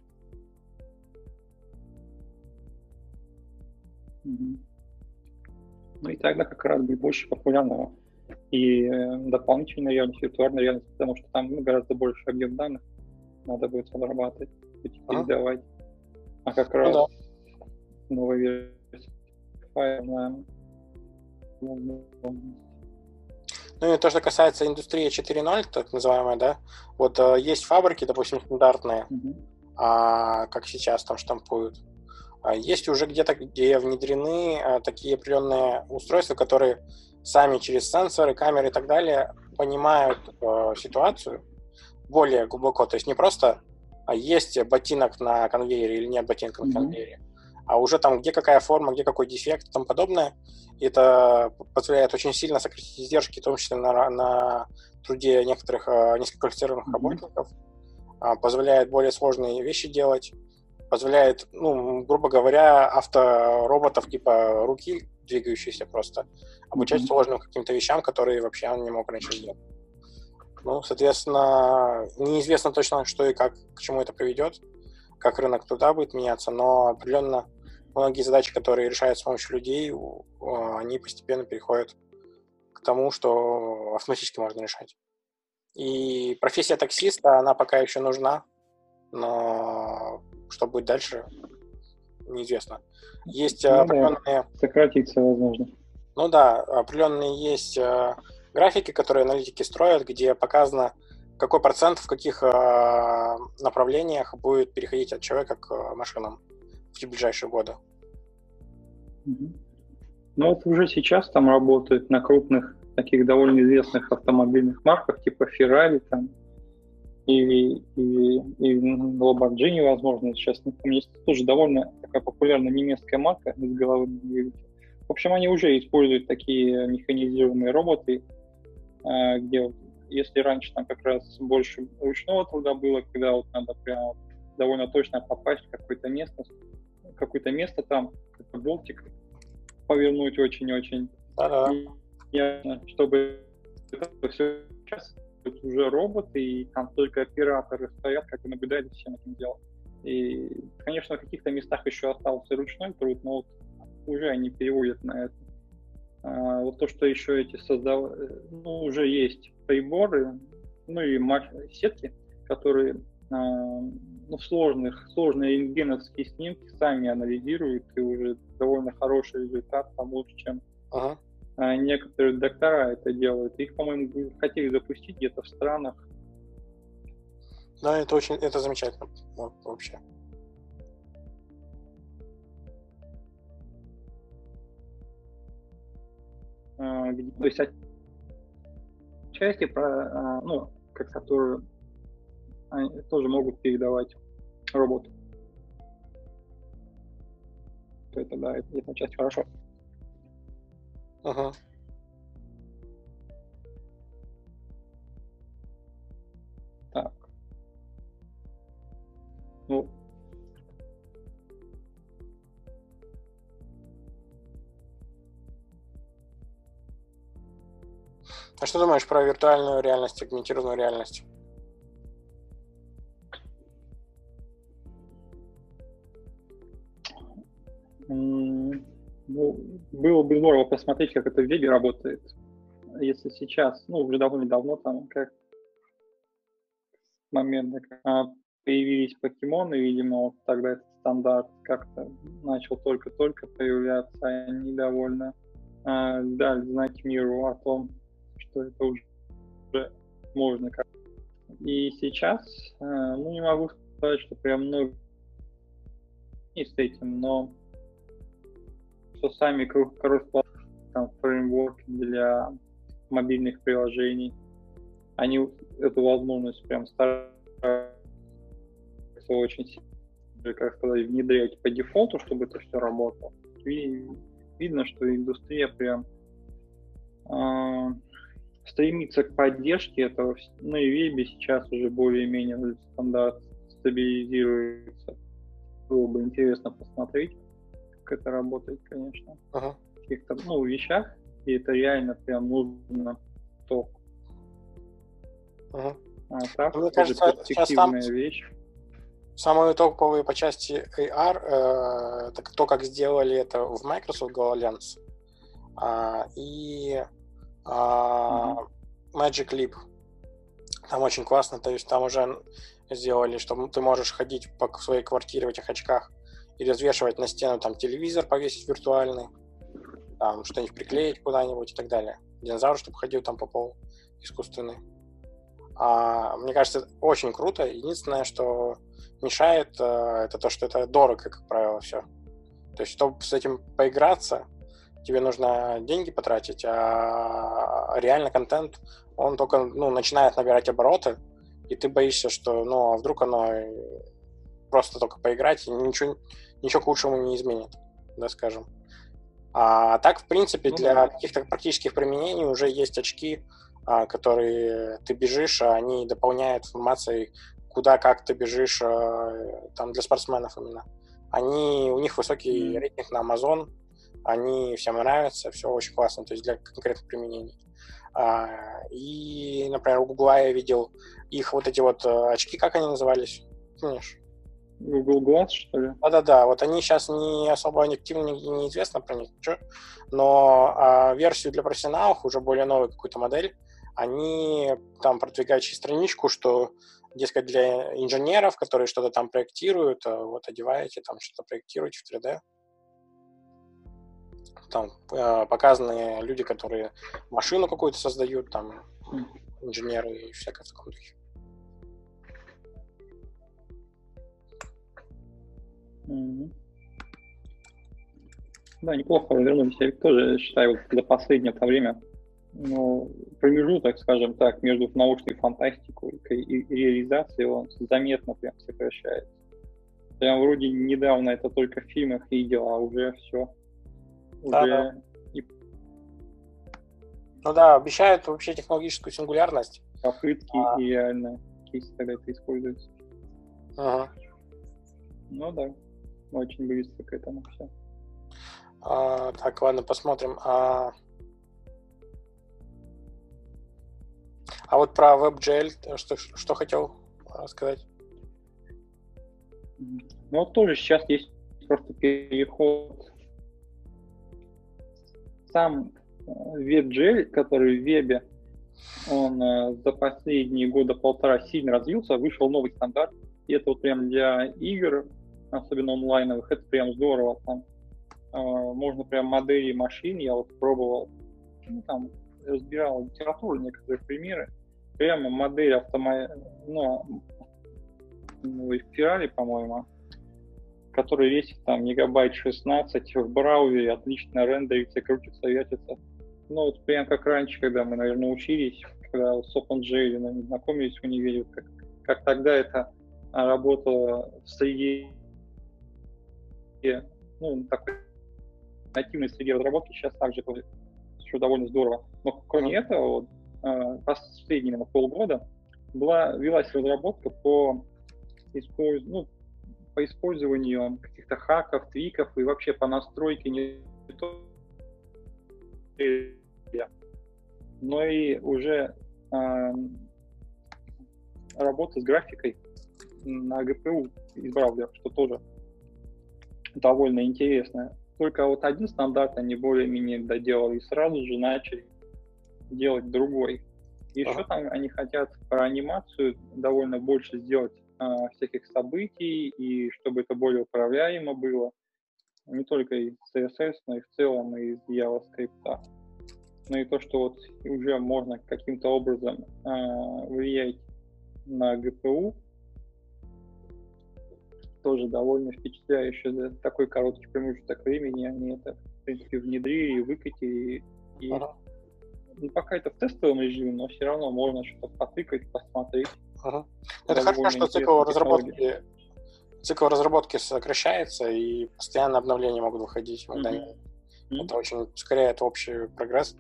Mm-hmm. Ну и тогда как раз будет больше популярного и э, дополнительной реальности, виртуальной реальности, потому что там ну, гораздо больше объем данных надо будет обрабатывать, передавать. А как раз ну, да. новая версия файла. Ну и то, что касается индустрии четыре ноль, так называемая, да, вот э, есть фабрики, допустим, стандартные, mm-hmm. а, как сейчас там штампуют. А есть уже где-то, где внедрены а, такие определенные устройства, которые сами через сенсоры, камеры и так далее понимают э, ситуацию более глубоко. То есть не просто а есть ботинок на конвейере или нет ботинка mm-hmm. на конвейере, а уже там где какая форма, где какой дефект и тому подобное. И это позволяет очень сильно сократить издержки, в том числе на, на труде некоторых э, низкоквалифицированных mm-hmm. работников, э, позволяет более сложные вещи делать, позволяет, ну, грубо говоря, автороботов типа руки, двигающиеся просто, обучать mm-hmm. сложным каким-то вещам, которые вообще он не мог раньше делать. Ну, соответственно, неизвестно точно, что и как, к чему это приведет, как рынок туда будет меняться, но определенно многие задачи, которые решают с помощью людей, они постепенно переходят к тому, что автоматически можно решать. И профессия таксиста, она пока еще нужна, но что будет дальше, неизвестно. Есть ну, определенные... Да, сократиться, возможно. Ну да, определенные есть графики, которые аналитики строят, где показано, какой процент в каких направлениях будет переходить от человека к машинам в ближайшие годы. Ну вот уже сейчас там работают на крупных, таких довольно известных автомобильных марках, типа Ferrari там, и, и, и Lamborghini, возможно, сейчас не помню, тоже довольно такая популярная немецкая марка, без головы не говорите. В общем, они уже используют такие механизированные роботы, где если раньше там как раз больше ручного труда было, когда вот надо прям довольно точно попасть в какое-то место, какое-то место там, какой-то болтик повернуть очень-очень ясно, чтобы это все сейчас уже роботы, и там только операторы стоят, как и наблюдают всем этим делом. И, конечно, в каких-то местах еще остался ручной труд, но вот уже они переводят на это. А, вот то, что еще эти создав... ну, уже есть приборы, ну и сетки, которые а, ну, сложных, сложные рентгеновские снимки сами анализируют, и уже довольно хороший результат, там лучше, чем ага. а, некоторые доктора это делают. Их, по-моему, хотели запустить где-то в странах. Да, это очень, это замечательно вообще. А, то есть части, про, ну, как которые они тоже могут передавать роботу. что это, да, это, эта часть хорошо. Угу. Так. Ну, А что думаешь про виртуальную реальность, агментированную реальность? м, ну, было бы здорово посмотреть, как это в вебе работает. Если сейчас, ну, уже довольно давно, там, как момент, как появились покемоны, видимо, вот тогда этот стандарт как-то начал только-только появляться, они довольно а, дали знать миру о том, что это уже можно как. И сейчас, а, ну, не могу сказать, что прям много не с этим, но что сами кросс-платформы, там, фреймворки для мобильных приложений, они эту возможность прям стараются очень сильно, как сказать, внедрять по дефолту, чтобы это все работало. И видно, что индустрия прям э, стремится к поддержке этого. Ну и в вебе сейчас уже более-менее стандарт стабилизируется. Было бы интересно посмотреть, как это работает, конечно, uh-huh. в каких-то, ну, вещах, и это реально прям нужно топ. Uh-huh. А так, Мне это кажется, перспективная там вещь. самые топовые по части эй ар, э, это то, как сделали это в Microsoft HoloLens э, и э, uh-huh. Magic Leap. Там очень классно, то есть там уже сделали, что ты можешь ходить по своей квартире в этих очках и развешивать на стену там телевизор, повесить виртуальный, там что-нибудь приклеить куда-нибудь и так далее. Динозавр, чтобы ходил там по полу искусственный. А, мне кажется, это очень круто. Единственное, что мешает, это то, что это дорого, как правило, все. То есть, чтобы с этим поиграться, тебе нужно деньги потратить, а реально контент, он только ну, начинает набирать обороты, и ты боишься, что ну, а вдруг оно просто только поиграть, и ничего, ничего к лучшему не изменит, да, скажем. А так, в принципе, для ну, да. каких-то практических применений уже есть очки, которые ты бежишь, а они дополняют информацией, куда, как ты бежишь, там для спортсменов именно. Они, у них высокий mm. рейтинг на Amazon, они всем нравятся, все очень классно, то есть для конкретных применений. И, например, у Гугла я видел их вот эти вот очки, как они назывались, помнишь? Google Glass, что ли? Да-да-да, вот они сейчас не особо активно, неизвестно про них, ничего, но а, версию для профессионалов, уже более новую какую-то модель, они там продвигают через страничку, что, дескать, для инженеров, которые что-то там проектируют, вот одеваете, там что-то проектируете в три дэ. Там э, показаны люди, которые машину какую-то создают, там инженеры и всякое в таком духе. Mm-hmm. Да, неплохо развернулись. Я тоже считаю, вот за последнее время ну, промежуток, скажем так, между научной фантастикой и реализацией он заметно прям сокращается. Прям вроде недавно это только в фильмах видел, а уже все. Уже... Да, да. И... Ну да, обещают вообще технологическую сингулярность. Попытки а... и реально кейсы тогда это используется. Ага. Ну да, очень близко к этому все. А, так, ладно, посмотрим. А... а вот про WebGL что, что хотел сказать? Ну вот тоже сейчас есть просто переход. Сам WebGL, который в вебе, он за последние года полтора сильно развился, вышел новый стандарт. И это вот прям для игр, особенно онлайновых, это прям здорово. Там э, можно прям модели машин, я вот пробовал, ну, там, разбирал литературу, некоторые примеры. Прямо модель автомо... ну, ну, Ferrari, по-моему, который весит там мегабайт шестнадцать в браузере, отлично рендерится, крутится, вертится. Ну, вот прям как раньше, когда мы, наверное, учились, когда с OpenGL знакомились в универе, как, как тогда это работала в среде, ну, такой нативной среде разработки сейчас также, что довольно здорово. Но кроме mm-hmm. этого, вот, последние именно полгода была, велась разработка по, использ... ну, по использованию каких-то хаков, твиков и вообще по настройке не только, но и уже э, работа с графикой на джи пи ю из браузера, что тоже довольно интересно. Только вот один стандарт они более-менее доделали и сразу же начали делать другой. Еще ага. там они хотят про анимацию довольно больше сделать а, всяких событий, и чтобы это более управляемо было. Не только из си эс эс, но и в целом из JavaScript. Ну и то, что вот уже можно каким-то образом а, влиять на джи пи ю, тоже довольно впечатляюще. За такой короткий промежуток времени они это, в принципе, внедрили, выкатили. И, ага. ну, пока это в тестовом режиме, но все равно можно что-то потыкать, посмотреть. Ага. Это хорошо, что цикл разработки, цикл разработки сокращается, и постоянно обновления могут выходить. Mm-hmm. Mm-hmm. Это очень ускоряет общий прогресс.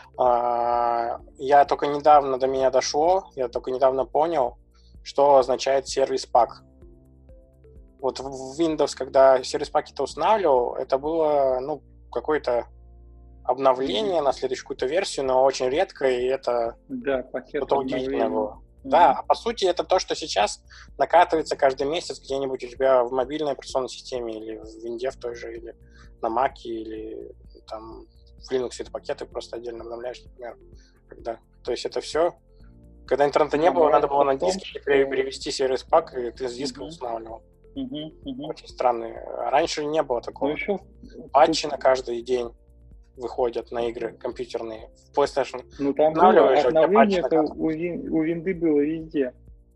А, я только недавно до меня дошло, я только недавно понял, что означает сервис пак. Вот в Windows, когда сервис паки-то устанавливал, это было, ну, какое-то обновление mm-hmm. на следующую какую-то версию, но очень редко, и это да, что-то удивительное было. Mm-hmm. Да, а по сути это то, что сейчас накатывается каждый месяц где-нибудь у тебя в мобильной операционной системе, или в Винде в той же, или на Mac, или там в Linux это пакеты просто отдельно обновляешь, например. Когда. То есть это все. Когда интернета не было, надо было на диске что... перевести сервис пак, и ты с диска mm-hmm. устанавливал. Uh-huh, uh-huh. Очень странный. Раньше не было такого. Еще... Патчи на каждый день выходят на игры компьютерные. В PlayStation. Ну там было обновление, это у, вин... у винды было везде.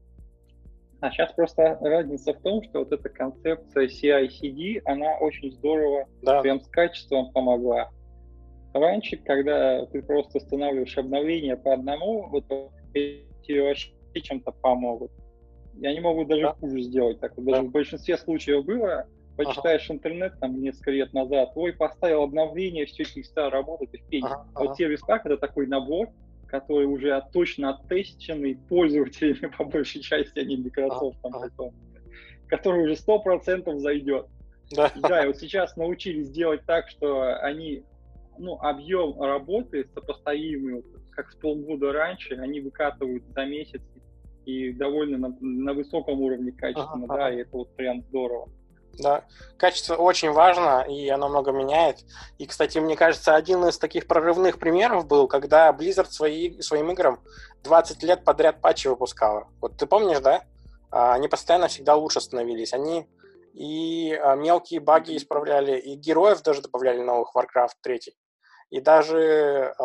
А сейчас просто разница в том, что вот эта концепция си ай си ди, она очень здорово да. прям с качеством помогла. Раньше, когда ты просто устанавливаешь обновление по одному, вот эти вообще чем-то помогут. И они могут даже да. хуже сделать. Так вот, даже да. в большинстве случаев было, почитаешь ага. интернет там несколько лет назад, ой, поставил обновление, все перестало работать, и пень. Ага. А вот сервис пак это такой набор, который уже точно оттестенный пользователями по большей части, а не Microsoft, ага. там, потом, который уже сто процентов зайдет. Да. да, и вот сейчас научились делать так, что они, ну, объем работы сопоставимый, как с полгода раньше, они выкатывают за месяц и довольно на, на высоком уровне качественно, ага, да, ага. и это вот прям здорово. Да, качество очень важно, и оно много меняет. И, кстати, мне кажется, один из таких прорывных примеров был, когда Blizzard свои, своим играм двадцать лет подряд патчи выпускала. Вот ты помнишь, да? Они постоянно всегда лучше становились. Они и мелкие баги исправляли, и героев даже добавляли новых, Warcraft три. И даже...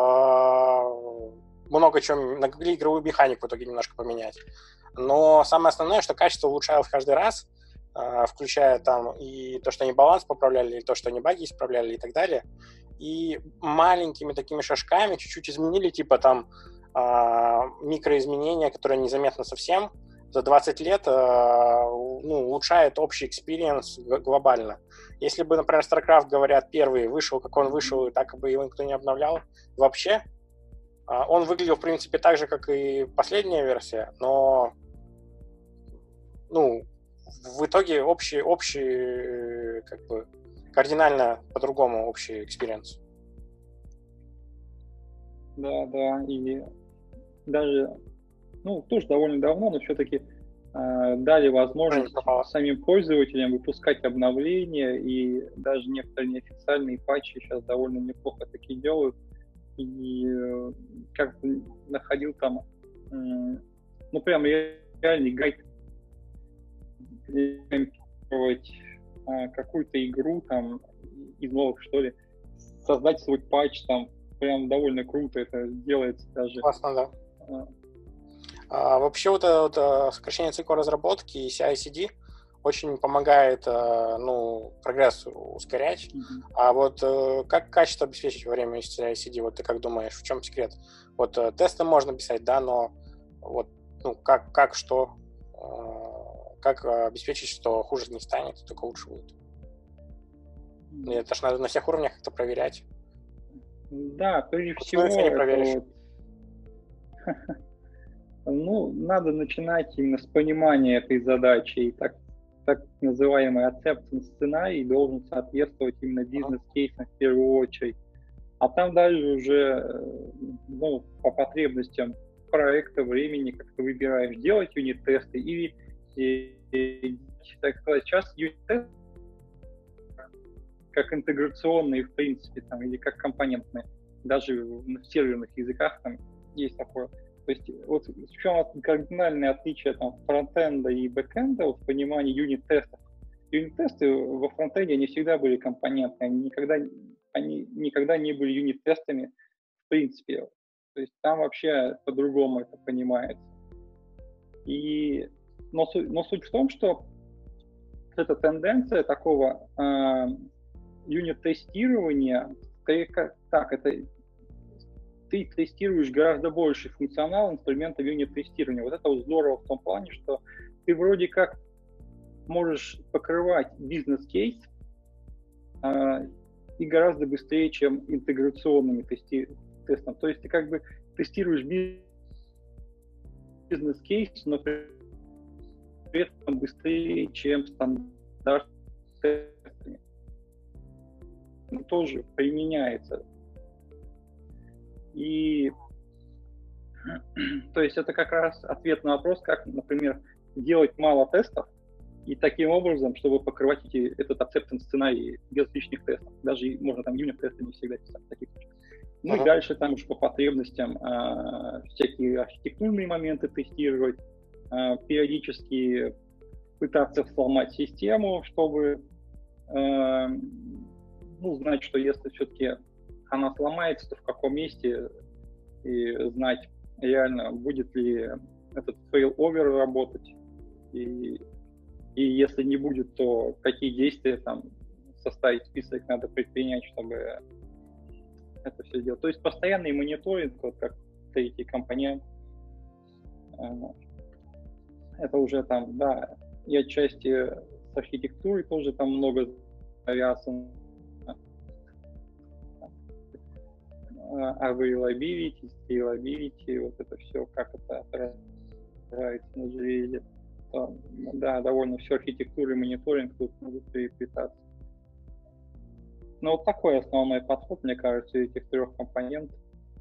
много чего могли игровую механику в итоге немножко поменять. Но самое основное, что качество улучшалось каждый раз, включая там и то, что они баланс поправляли, и то, что они баги исправляли и так далее. И маленькими такими шажками чуть-чуть изменили, типа там микроизменения, которые незаметны совсем, за двадцать лет ну, улучшает общий экспириенс глобально. Если бы, например, StarCraft, говорят, первый вышел, как он вышел, и так бы его никто не обновлял вообще, он выглядел, в принципе, так же, как и последняя версия, но ну, в итоге общий, общий как бы, кардинально по-другому общий экспириенс. Да, да, и даже, ну, тоже довольно давно, но все-таки э, дали возможность самим пользователям выпускать обновления, и даже некоторые неофициальные патчи сейчас довольно неплохо такие делают. И э, как-то находил там, э, ну, прям реальный гайд компилировать э, какую-то игру там из новых, что ли, создать свой патч там, прям довольно круто это делается даже. Классно, да. А, а, вообще вот это вот, сокращение цикла разработки и си ай си ди очень помогает, ну, прогресс ускорять. Mm-hmm. А вот как качество обеспечить во время си ай си ди? Вот ты как думаешь, в чем секрет? Вот тесты можно писать, да, но вот, ну, как, как что, как обеспечить, что хуже не станет, только лучше будет? И это же надо на всех уровнях это проверять. Да, прежде Ну, всего, если не это проверишь. вот, ну, надо начинать именно с понимания этой задачи. И так, так называемый acceptance сценарий должен соответствовать именно бизнес-кейсам в первую очередь. А там дальше уже, ну, по потребностям проекта, времени, как ты выбираешь, делать юнит-тесты или, и, и, так сказать, сейчас юнит-тесты как интеграционные, в принципе, там, или как компонентные. Даже в серверных языках там есть такое. То есть вот в чем кардинальное отличие там, фронтенда и бэкенда вот, в понимании юнит-тестов. Юнит-тесты во фронтенде не всегда были компонентные, они никогда, они никогда не были юнит-тестами в принципе. То есть там вообще по-другому это понимается. И, но, но суть в том, что эта тенденция такого э, юнит-тестирования, так, это ты тестируешь гораздо больше функционал инструмента юнит-тестирования. Вот это вот здорово в том плане, что ты вроде как можешь покрывать бизнес-кейс э, и гораздо быстрее, чем интеграционными тести- тестами. То есть ты как бы тестируешь бизнес-кейс, но при этом быстрее, чем стандарт тестами. Тоже применяется. И то есть это как раз ответ на вопрос, как, например, делать мало тестов и таким образом, чтобы покрывать эти, этот acceptance сценарий без лишних тестов. Даже можно там юнит-тесты не всегда писать в таких случаях. Ну и дальше там уж по потребностям э, всякие архитектурные моменты тестировать, э, периодически пытаться сломать систему, чтобы э, ну, знать, что если все-таки она сломается, то в каком месте, и знать реально, будет ли этот фейл-овер работать, и, и если не будет, то какие действия там составить список надо предпринять, чтобы это все делать. То есть постоянный мониторинг, вот как третий компонент, это уже там, да, и отчасти с архитектурой тоже там много завязано. Availability, scalability, вот это все, как это отражается на железе. То, да, довольно все архитектура и мониторинг тут могут переплетаться. Но вот такой основной подход, мне кажется, этих трех компонентов.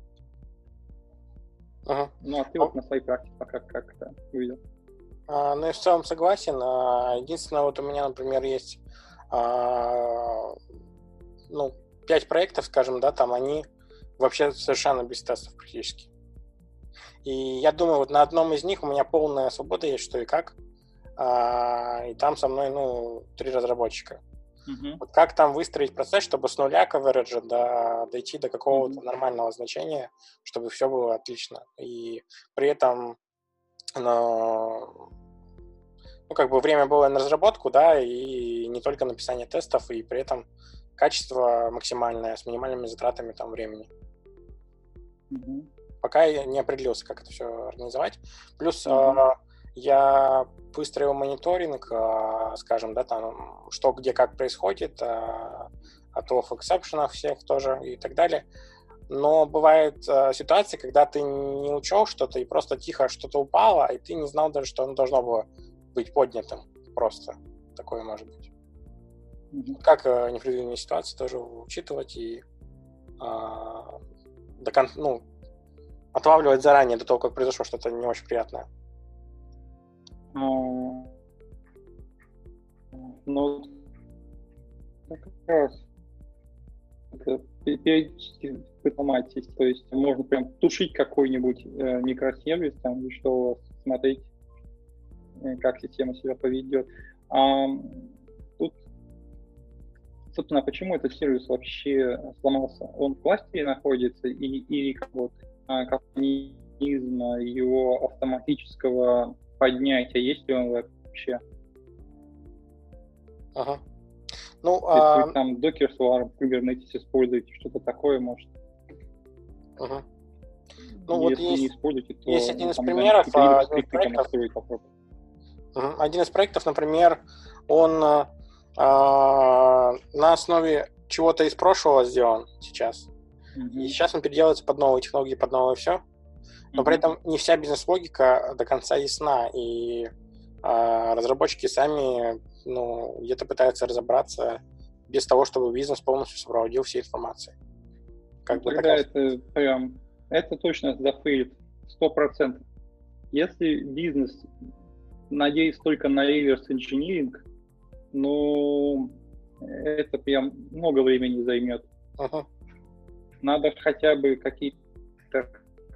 Ага. Ну, а ты вот на своей практике пока как это увидел? А, ну, я в целом согласен. Единственное, вот у меня, например, есть а, ну, пять проектов, скажем, да, там они вообще совершенно без тестов практически. И я думаю, вот на одном из них у меня полная свобода есть, что и как. А, и там со мной, ну, три разработчика. Uh-huh. Вот как там выстроить процесс, чтобы с нуля ковериджа до, дойти до какого-то uh-huh. нормального значения, чтобы все было отлично. И при этом, ну, ну, как бы время было на разработку, да, и не только написание тестов, и при этом качество максимальное, с минимальными затратами там времени. Mm-hmm. Пока я не определился, как это все организовать. Плюс mm-hmm. э, я выстроил мониторинг, э, скажем, да, там, что, где, как происходит, э, от off-эксепшенов всех тоже и так далее. Но бывают э, ситуации, когда ты не учел что-то, и просто тихо что-то упало, и ты не знал даже, что оно должно было быть поднятым. Просто такое может быть. Mm-hmm. Как э, непредвиденные ситуации тоже учитывать и э, до кон- ну, отлавливать заранее, до того, как произошло что-то не очень приятное. Mm-hmm. Ну, как раз это периодически пытомать, то есть можно прям тушить какой-нибудь э, микросервис, там, и что смотреть, э, как система себя поведет. А, тут, собственно, почему этот сервис вообще сломался? Он в кластере находится и, или как вот механизм его автоматического поднятия, есть ли он вообще? Ага. Ну, То есть а... вы там Docker Swarm, Kubernetes используете, что-то такое, может? Ага. Ну, если вот есть, не используете, то есть один из там, примеров, скрипты там настроить попробуйте. Один из проектов, например, он а, на основе чего-то из прошлого сделан сейчас. Mm-hmm. И сейчас он переделывается под новые технологии, под новое все. Но mm-hmm. при этом не вся бизнес-логика до конца ясна. И а, разработчики сами ну, где-то пытаются разобраться без того, чтобы бизнес полностью сопроводил всей информацией. Как ну, тогда это прям, это точно зафейлит, сто процентов. Если бизнес надеется только на реверс инжиниринг, ну, это прям много времени займет. Uh-huh. Надо хотя бы какие-то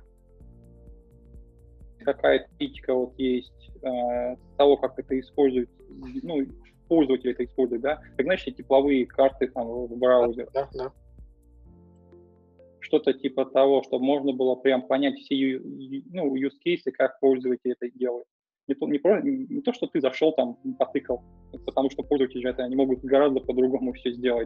какая-то критика вот есть э, того, как это используют, ну, пользователи это используют, да, как, знаешь, тепловые карты там в браузере. Да, да. Что-то типа того, чтобы можно было прям понять все ну, use cases, как пользователи это делают. Не то, не, про, не то, что ты зашел там, потыкал, потому что пользователи же это они могут гораздо по-другому все сделать.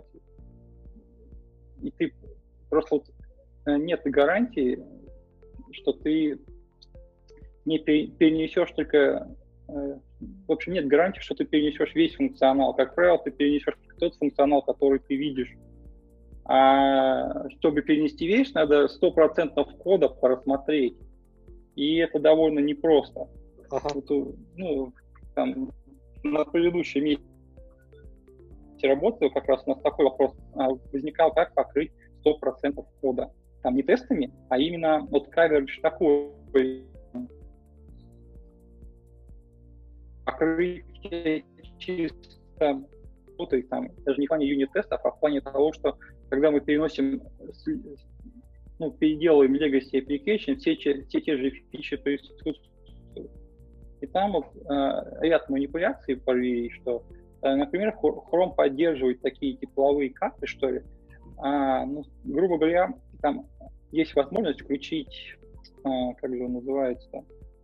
И ты просто вот нет гарантии, что ты не перенесешь только... В общем, нет гарантии, что ты перенесешь весь функционал. Как правило, ты перенесешь тот функционал, который ты видишь. А чтобы перенести вещь, надо сто процентов кода просмотреть. И это довольно непросто. Uh-huh. Вот, ну, там, на предыдущем месте работы как раз у нас такой вопрос возникал, как покрыть сто процентов кода. Там не тестами, а именно вот coverage такой. Покрытие чисто работой, там, даже не в плане юнит-тестов, а в плане того, что когда мы переносим, ну, переделываем legacy application, все, все те же фичи присутствуют. И там вот э, ряд манипуляций проверить, что, э, например, Chrome поддерживает такие тепловые карты, что ли. А, ну, грубо говоря, там есть возможность включить, э, как же он называется,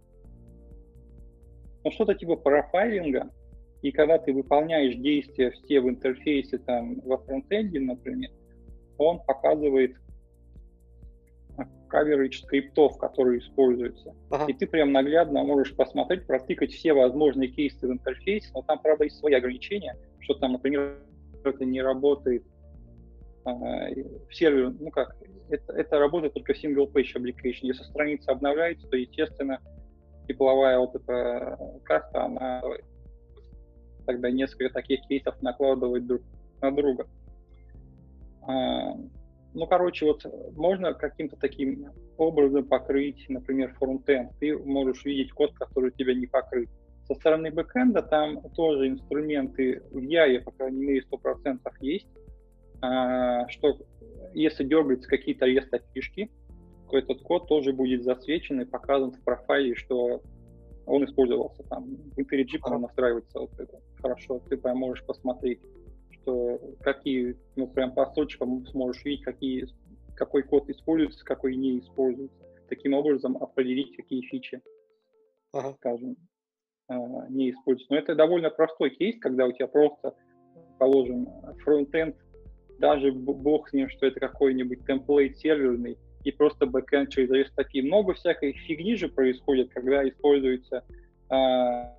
ну, что-то типа профайлинга. И когда ты выполняешь действия все в интерфейсе, там, во фронтенде, например, он показывает coverage скриптов, которые используются. Uh-huh. И ты прям наглядно можешь посмотреть, протыкать все возможные кейсы в интерфейсе, но там, правда, есть свои ограничения, что там, например, это не работает э, в сервере, ну как, это, это работает только в single-page application. Если страница обновляется, то, естественно, тепловая вот эта карта, она тогда несколько таких кейсов накладывает друг на друга. А, ну, короче, вот можно каким-то таким образом покрыть, например, фронтенд. Ты можешь видеть код, который у тебя не покрыт. Со стороны бэкэнда там тоже инструменты в Яве, по крайней мере, сто процентов есть, а, что если дергаются какие-то рест-фишки, то этот код тоже будет засвечен и показан в профайле, что он использовался там. В IntelliJ uh-huh. настраивается вот это хорошо. Ты прям можешь посмотреть, что какие, ну, прям по строчкам сможешь видеть, какие, какой код используется, какой не используется. Таким образом определить, какие фичи, uh-huh. скажем, не используются. Но это довольно простой кейс, когда у тебя просто, положим, фронтенд, даже бог с ним, что это какой-нибудь темплейт серверный, и просто бэкэнд через эй эс такие. Много всякой фигни же происходит, когда используется э,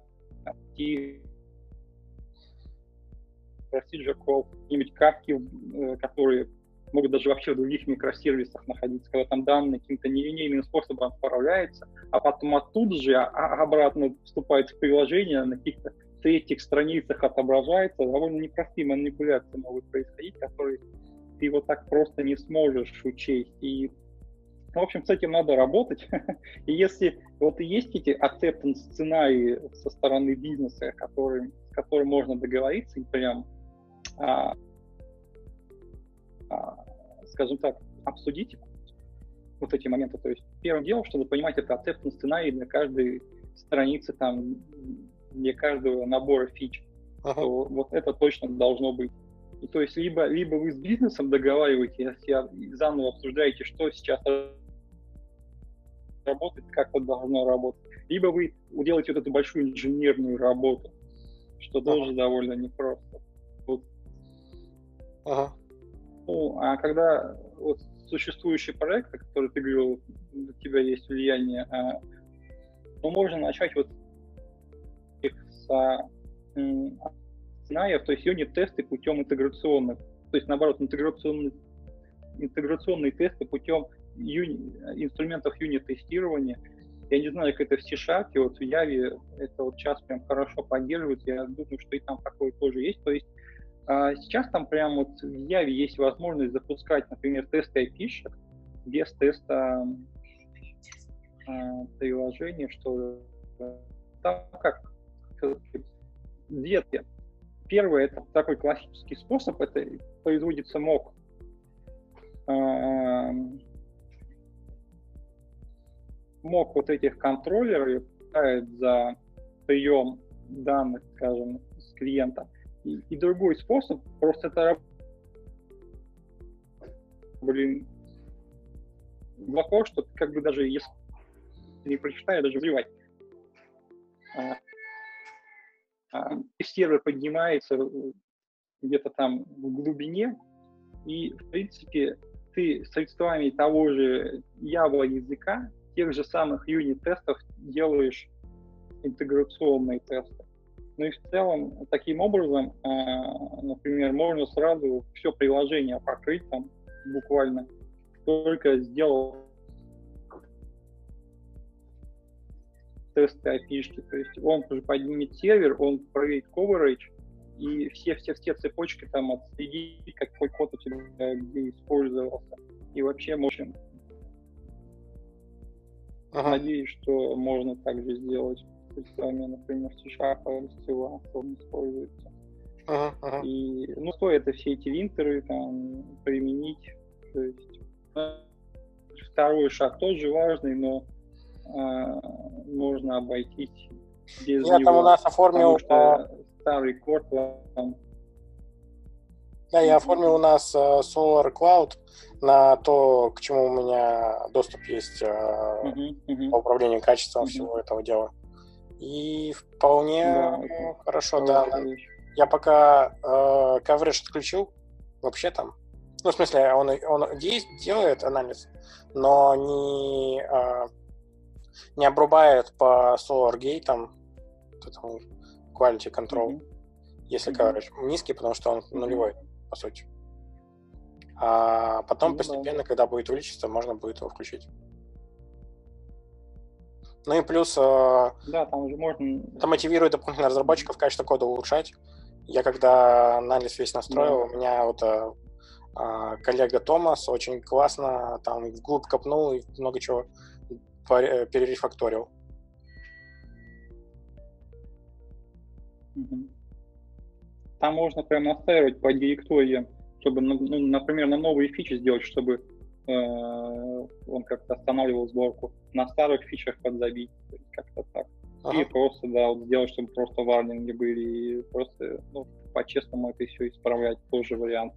procedure call, какие-нибудь катки, э, которые могут даже вообще в других микросервисах находиться, когда там данные каким-то нелинейным способом отправляются, а потом оттуда же а, обратно вступает в приложение, на каких-то третьих страницах отображается. Довольно непростые манипуляции могут происходить, которые ты вот так просто не сможешь учесть. И в общем, с этим надо работать. И если вот есть эти acceptance сценарии со стороны бизнеса, которые, с которыми можно договориться и прям, а, а, скажем так, обсудить вот эти моменты. То есть первым делом, чтобы понимать, это acceptance сценарий для каждой страницы, там, для каждого набора фич. Ага. То вот это точно должно быть. И то есть либо, либо вы с бизнесом договариваетесь, заново обсуждаете, что сейчас работает, как это должно работать, либо вы делаете вот эту большую инженерную работу, что ага. тоже довольно непросто. Вот. Ага. Ну, а когда вот существующий проект, который ты говорил, у тебя есть влияние, а, ну, можно начать вот с сценариев, то есть юнит-тесты путем интеграционных, то есть, наоборот, интеграционные, интеграционные тесты путем юни, инструментов юнит-тестирования. Я не знаю, как это в C-Sharp, вот в Java это вот сейчас прям хорошо поддерживается, я думаю, что и там такое тоже есть. То есть а, сейчас там прям вот в Java есть возможность запускать, например, тесты ай пи-шек без теста а, приложения, что там как две. Первый — это такой классический способ, это производится мок. А, мок вот этих контроллеров за прием данных, скажем, с клиента. И, и другой способ, просто это, блин, глубоко, что как бы даже если не прочитаю, даже вливать. А, а, сервер поднимается где-то там в глубине, и, в принципе, ты средствами того же Java языка, тех же самых юнит-тестов делаешь интеграционные тесты. Ну и в целом, таким образом, например, можно сразу все приложение покрыть там буквально, только сделал тесты ай пи-шки. То есть он уже поднимет сервер, он проверит coverage, и все-все-все цепочки там отследить, какой код у тебя где использовался. И вообще можем. Ага. Надеюсь, что можно также сделать с вами, например, C-Sharp или Scala, он используется. Ага, ага. И, ну, стоит это все эти линтеры там применить. То есть второй шаг тоже важный, но а, можно обойтись без Я него. там у нас оформил... Потому что старый код там... Да, я оформил у нас uh, Solar Cloud на то, к чему у меня доступ есть uh, uh-huh, uh-huh. по управлению качеством uh-huh. всего этого дела. И вполне да, хорошо, да. да. Я пока uh, coverage отключил, вообще там. Ну, в смысле, он, он делает анализ, но не, uh, не обрубает по Solar Gate, этому quality control, uh-huh. если coverage uh-huh. низкий, потому что он uh-huh. нулевой. По сути. А потом ну, постепенно, да. когда будет увеличиться, можно будет его включить. Ну и плюс да, там уже можно... это мотивирует дополнительно разработчиков качество кода улучшать. Я когда анализ весь настроил, да. у меня вот а, а, коллега Томас очень классно там вглубь копнул и много чего перерефакторил. Угу. Там можно прям настраивать по директориям, чтобы, ну, например, на новые фичи сделать, чтобы э, он как-то останавливал сборку, на старых фичах подзабить, как-то так. Ага. И просто, да, вот сделать, чтобы просто варнинги были, и просто, ну, по-честному это все исправлять, тоже вариант.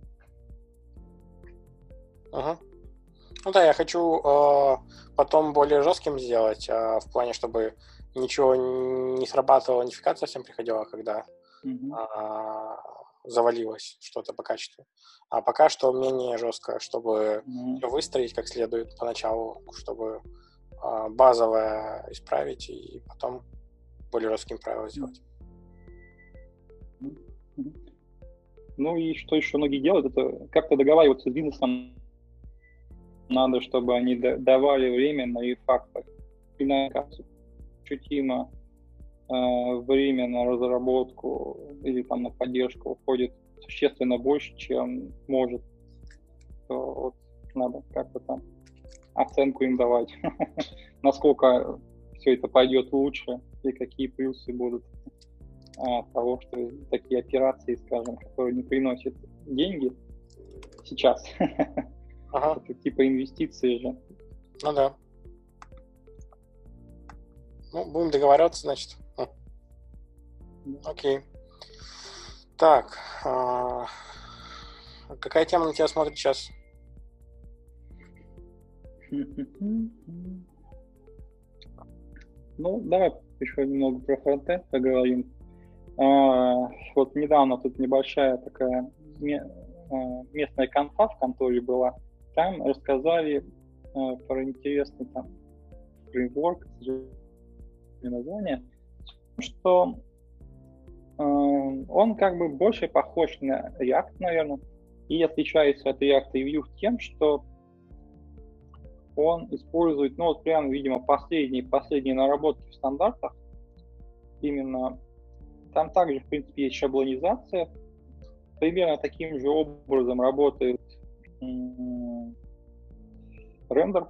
Ага. Ну да, я хочу э, потом более жестким сделать, э, в плане, чтобы ничего не срабатывало, нификация совсем приходила, когда Uh-huh. а, завалилось что-то по качеству. А пока что менее жестко, чтобы uh-huh. все выстроить как следует поначалу, чтобы а, базовое исправить и потом более жестким правила сделать. Uh-huh. Ну и что еще многие делают, это как-то договариваться с бизнесом. Надо, чтобы они давали время на рефактор. И на ощутимо время на разработку или там на поддержку уходит существенно больше, чем может. То вот надо как-то там оценку им давать, насколько все это пойдет лучше и какие плюсы будут от того, что такие операции, скажем, которые не приносят деньги сейчас. Ага. Это типа инвестиции же. Ну да. Ну, будем договариваться, значит. Окей. Так. А... Какая тема на тебя смотрит сейчас? Ну, давай еще немного про фронтенд поговорим. А, вот недавно тут небольшая такая местная конфа в конторе была. Там рассказали а, про интересный там фреймворк, название, что Он как бы больше похож на React, наверное, и отличается от React и Vue тем, что он использует, ну вот прям, видимо, последние, последние наработки в стандартах. Именно там также, в принципе, есть шаблонизация. Примерно таким же образом работает м- рендер.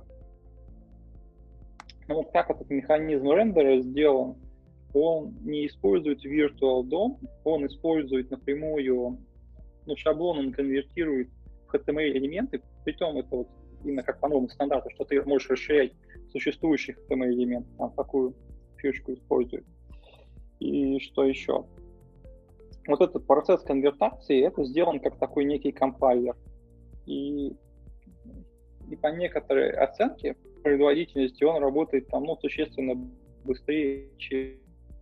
Но вот как этот механизм рендера сделан, он не использует Virtual дом, он использует напрямую, ну, шаблон он конвертирует в эйч ти эм эль-элементы, притом это вот именно как по новому стандарту, что ты можешь расширять существующих эйч ти эм эль-элементов, там такую фишку использует. И что еще? Вот этот процесс конвертации, это сделан как такой некий компайлер. И, и по некоторой оценке производительности он работает там, ну, существенно быстрее, чем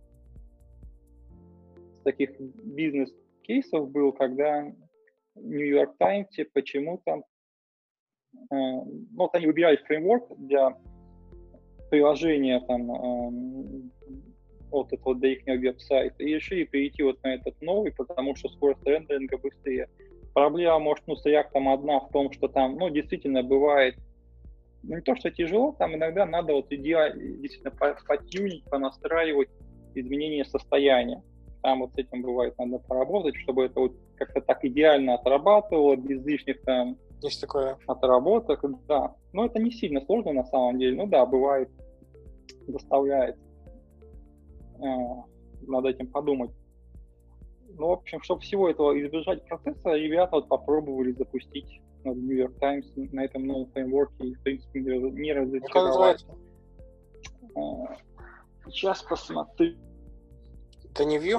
таких бизнес-кейсов был, когда в New York Times почему-то э, ну, вот они выбирали фреймворк для приложения там э, вот этого для их веб-сайта и решили перейти вот на этот новый, потому что скорость рендеринга быстрее. Проблема, может, ну, с React одна в том, что там, ну, действительно бывает, ну, не то, что тяжело, там иногда надо вот идеально, действительно потюнить, понастраивать изменение состояния. Там вот с этим бывает, надо поработать, чтобы это вот как-то так идеально отрабатывало, без лишних там Есть такое. отработок, да. Но это не сильно сложно на самом деле, ну да, бывает, заставляет э, над этим подумать. Ну, в общем, чтобы всего этого избежать процесса, ребята вот попробовали запустить в New York Times на этом новом фреймворке и, в принципе, не разочаровать. А, сейчас посмотрю. Это не Vue?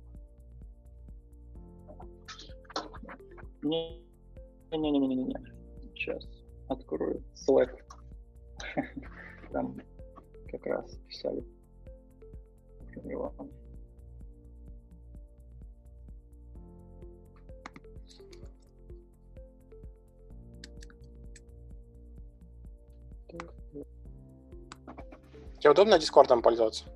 Не-не-не-не-не. Сейчас открою Slack. Там как раз писали про него. Тебе удобно Дискордом пользоваться?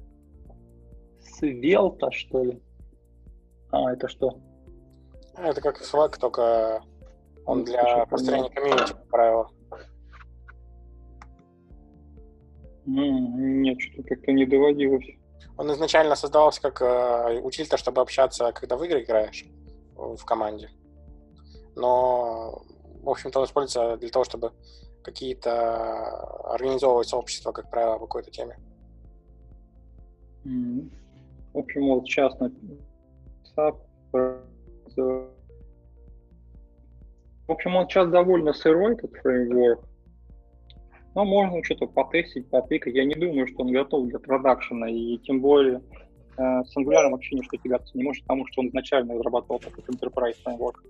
Свелта, что ли? А, это что? Это как Slack, только он для построения комьюнити, как правило. Нет, что как-то не доводилось. Он изначально создавался как э, утилита, чтобы общаться, когда в игры играешь в команде. Но, в общем-то, он используется для того, чтобы какие-то организовывать сообщества, как правило, по какой-то теме. Mm-hmm. В общем, вот сейчас на В общем, он сейчас довольно сырой, этот фреймворк. Но можно что-то потестить, потыкать. Я не думаю, что он готов для продакшена. И тем более э, с Angular вообще ничто тягаться не может, потому что он изначально разрабатывал такой enterprise фреймворк.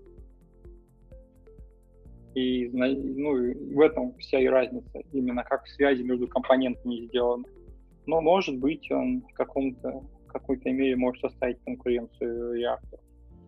И ну, в этом вся и разница. Именно как связи между компонентами сделаны. Но, может быть, он в каком-то, в какой-то мере может составить конкуренцию React.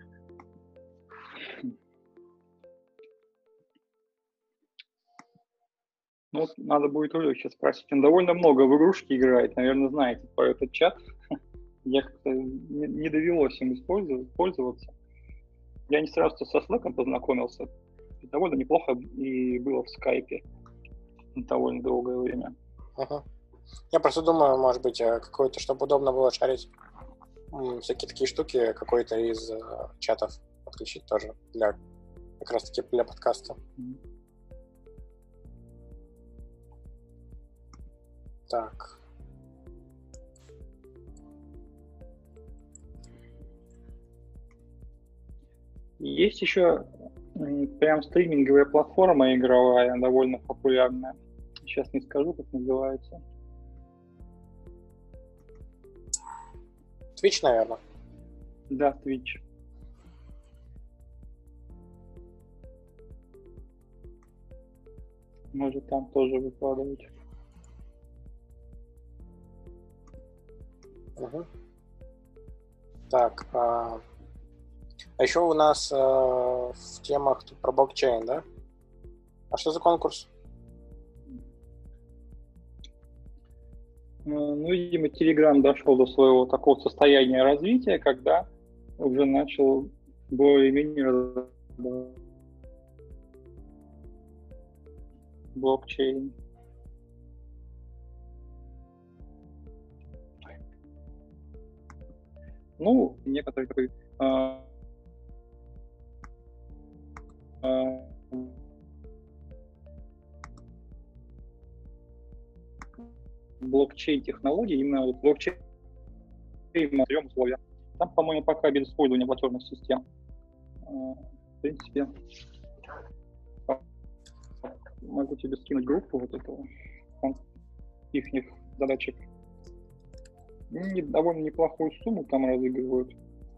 Ну, надо будет у Лёхи спросить. Он довольно много в игрушки играет, наверное, знаете про этот чат. Я как-то не, не довелось им использовать, пользоваться. Я не сразу со Slack познакомился. Довольно неплохо и было в скайпе довольно долгое время. Uh-huh. Я просто думаю, может быть, какой-то, чтобы удобно было шарить всякие такие штуки, какой-то из uh, чатов подключить тоже для как раз-таки для подкаста. Mm-hmm. Так. Есть еще прям стриминговая платформа игровая, довольно популярная. Сейчас не скажу, как называется. Twitch, наверное. Да, Twitch. Может там тоже выкладывать. Угу. Так, а, а еще у нас а, в темах тут про блокчейн, да? А что за конкурс? Ну, видимо, Telegram дошел до своего такого состояния развития, когда уже начал более-менее блокчейн. Ну, некоторый такой а, а, блокчейн-технологии, именно вот блокчейн на трем условиях. Там, по-моему, пока без использования платежных систем. В принципе, могу тебе скинуть группу вот этого, их задачек. Не, довольно неплохую сумму там разыгрывают.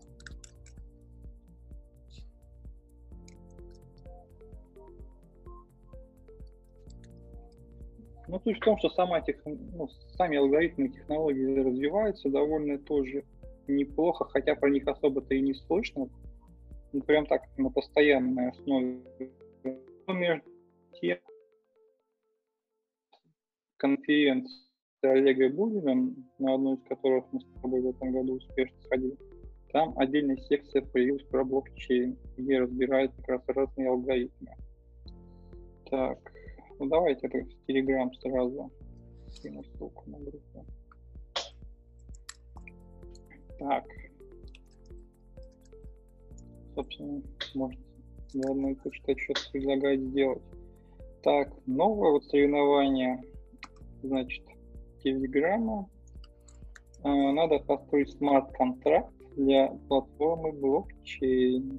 Но суть в том, что сама тех, ну, сами алгоритмы и технологии развиваются довольно тоже неплохо, хотя про них особо-то и не слышно. Ну, прям так на постоянной основе. Но между тем, конференция Олега Бузина, на одну из которых мы с тобой в этом году успешно сходили, там отдельная секция появилась про блокчейн, где разбирают как раз разные алгоритмы. Так, ну давайте это в Telegram сразу скину ссылку на группу. Так. Собственно, можно заодно и почитать, что предлагает сделать. Так, новое вот соревнование, значит, Телеграма. Надо построить смарт-контракт для платформы блокчейн.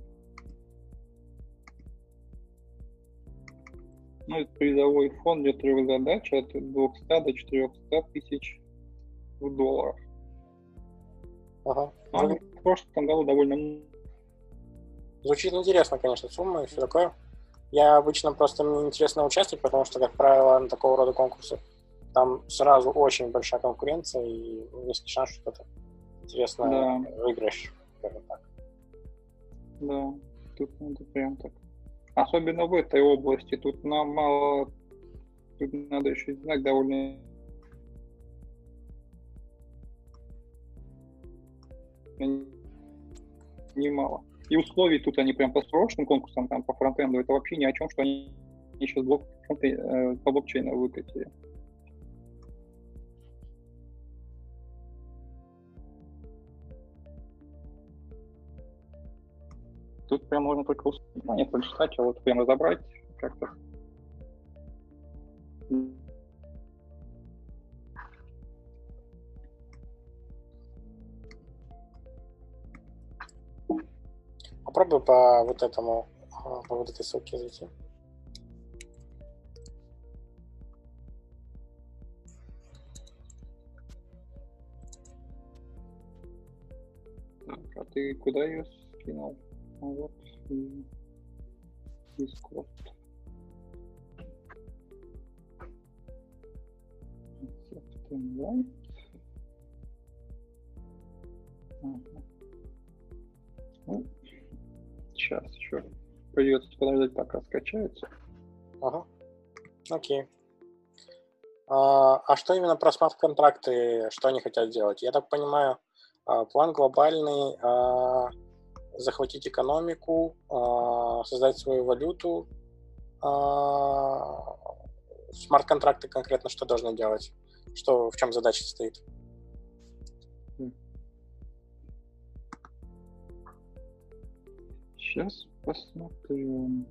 Ну, это призовой фонд для трех задач от двухсот до четырехсот тысяч долларов. Ага. Ну, в прошлом году довольно... Звучит интересно, конечно, сумма и все такое. Я обычно просто, мне интересно участвовать, потому что, как правило, на такого рода конкурсы там сразу очень большая конкуренция и низкий шанс, что это интересно да. выиграешь. Так. Да, тут надо прям так. Особенно в этой области. Тут нам мало, тут надо еще знать довольно немало. И условий тут они прям по прошлым конкурсам, там по фронтенду, это вообще ни о чем, что они сейчас блок, э, по блокчейну выкатили. Тут прям можно только условия прочитать, а вот прям разобрать как-то. Попробуй по вот этому, по вот этой ссылке зайти. Так, а ты куда ее скинул? А вот Discord. Ага. Ну, сейчас еще придется подождать, пока скачается. Ага. Окей. А, а что именно про смарт-контракты, что они хотят делать? Я так понимаю, план глобальный, захватить экономику, создать свою валюту. Смарт-контракты конкретно что должны делать? Что, в чем задача стоит? Сейчас посмотрим.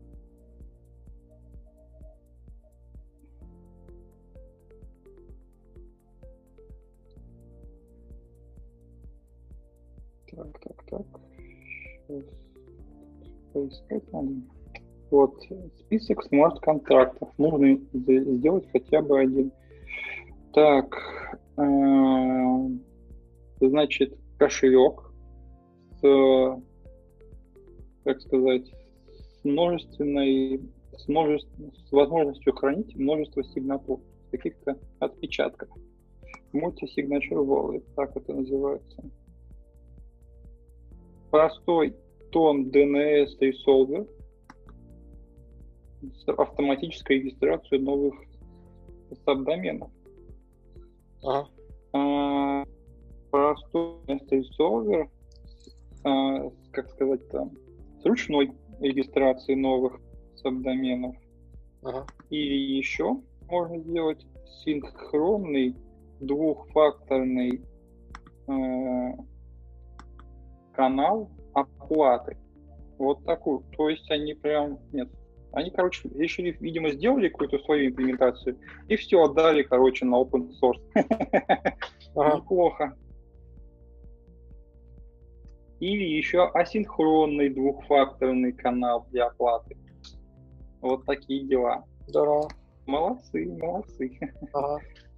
Так, так, так. Сейчас поискать надо. Вот, список смарт-контрактов. Нужно сделать хотя бы один. Так, э, значит, кошелек с, как сказать, с множественной, с, множеств, с возможностью хранить множество сигнатур, каких-то отпечатков. Multi-signature wallet, так это называется. Простой тон ди эн эс Resolver с автоматической регистрацией новых сабдоменов. Ага. простой сервер, э, как сказать там, с ручной регистрацией новых сабдоменов. Ага. Или еще можно сделать синхронный двухфакторный э, канал оплаты. Вот такую. То есть они прям, нет, они, короче, решили, видимо, сделали какую-то свою имплементацию и все отдали, короче, на open source. Ага. Неплохо. Или еще асинхронный двухфакторный канал для оплаты. Вот такие дела. Здорово. Молодцы, молодцы. Ага.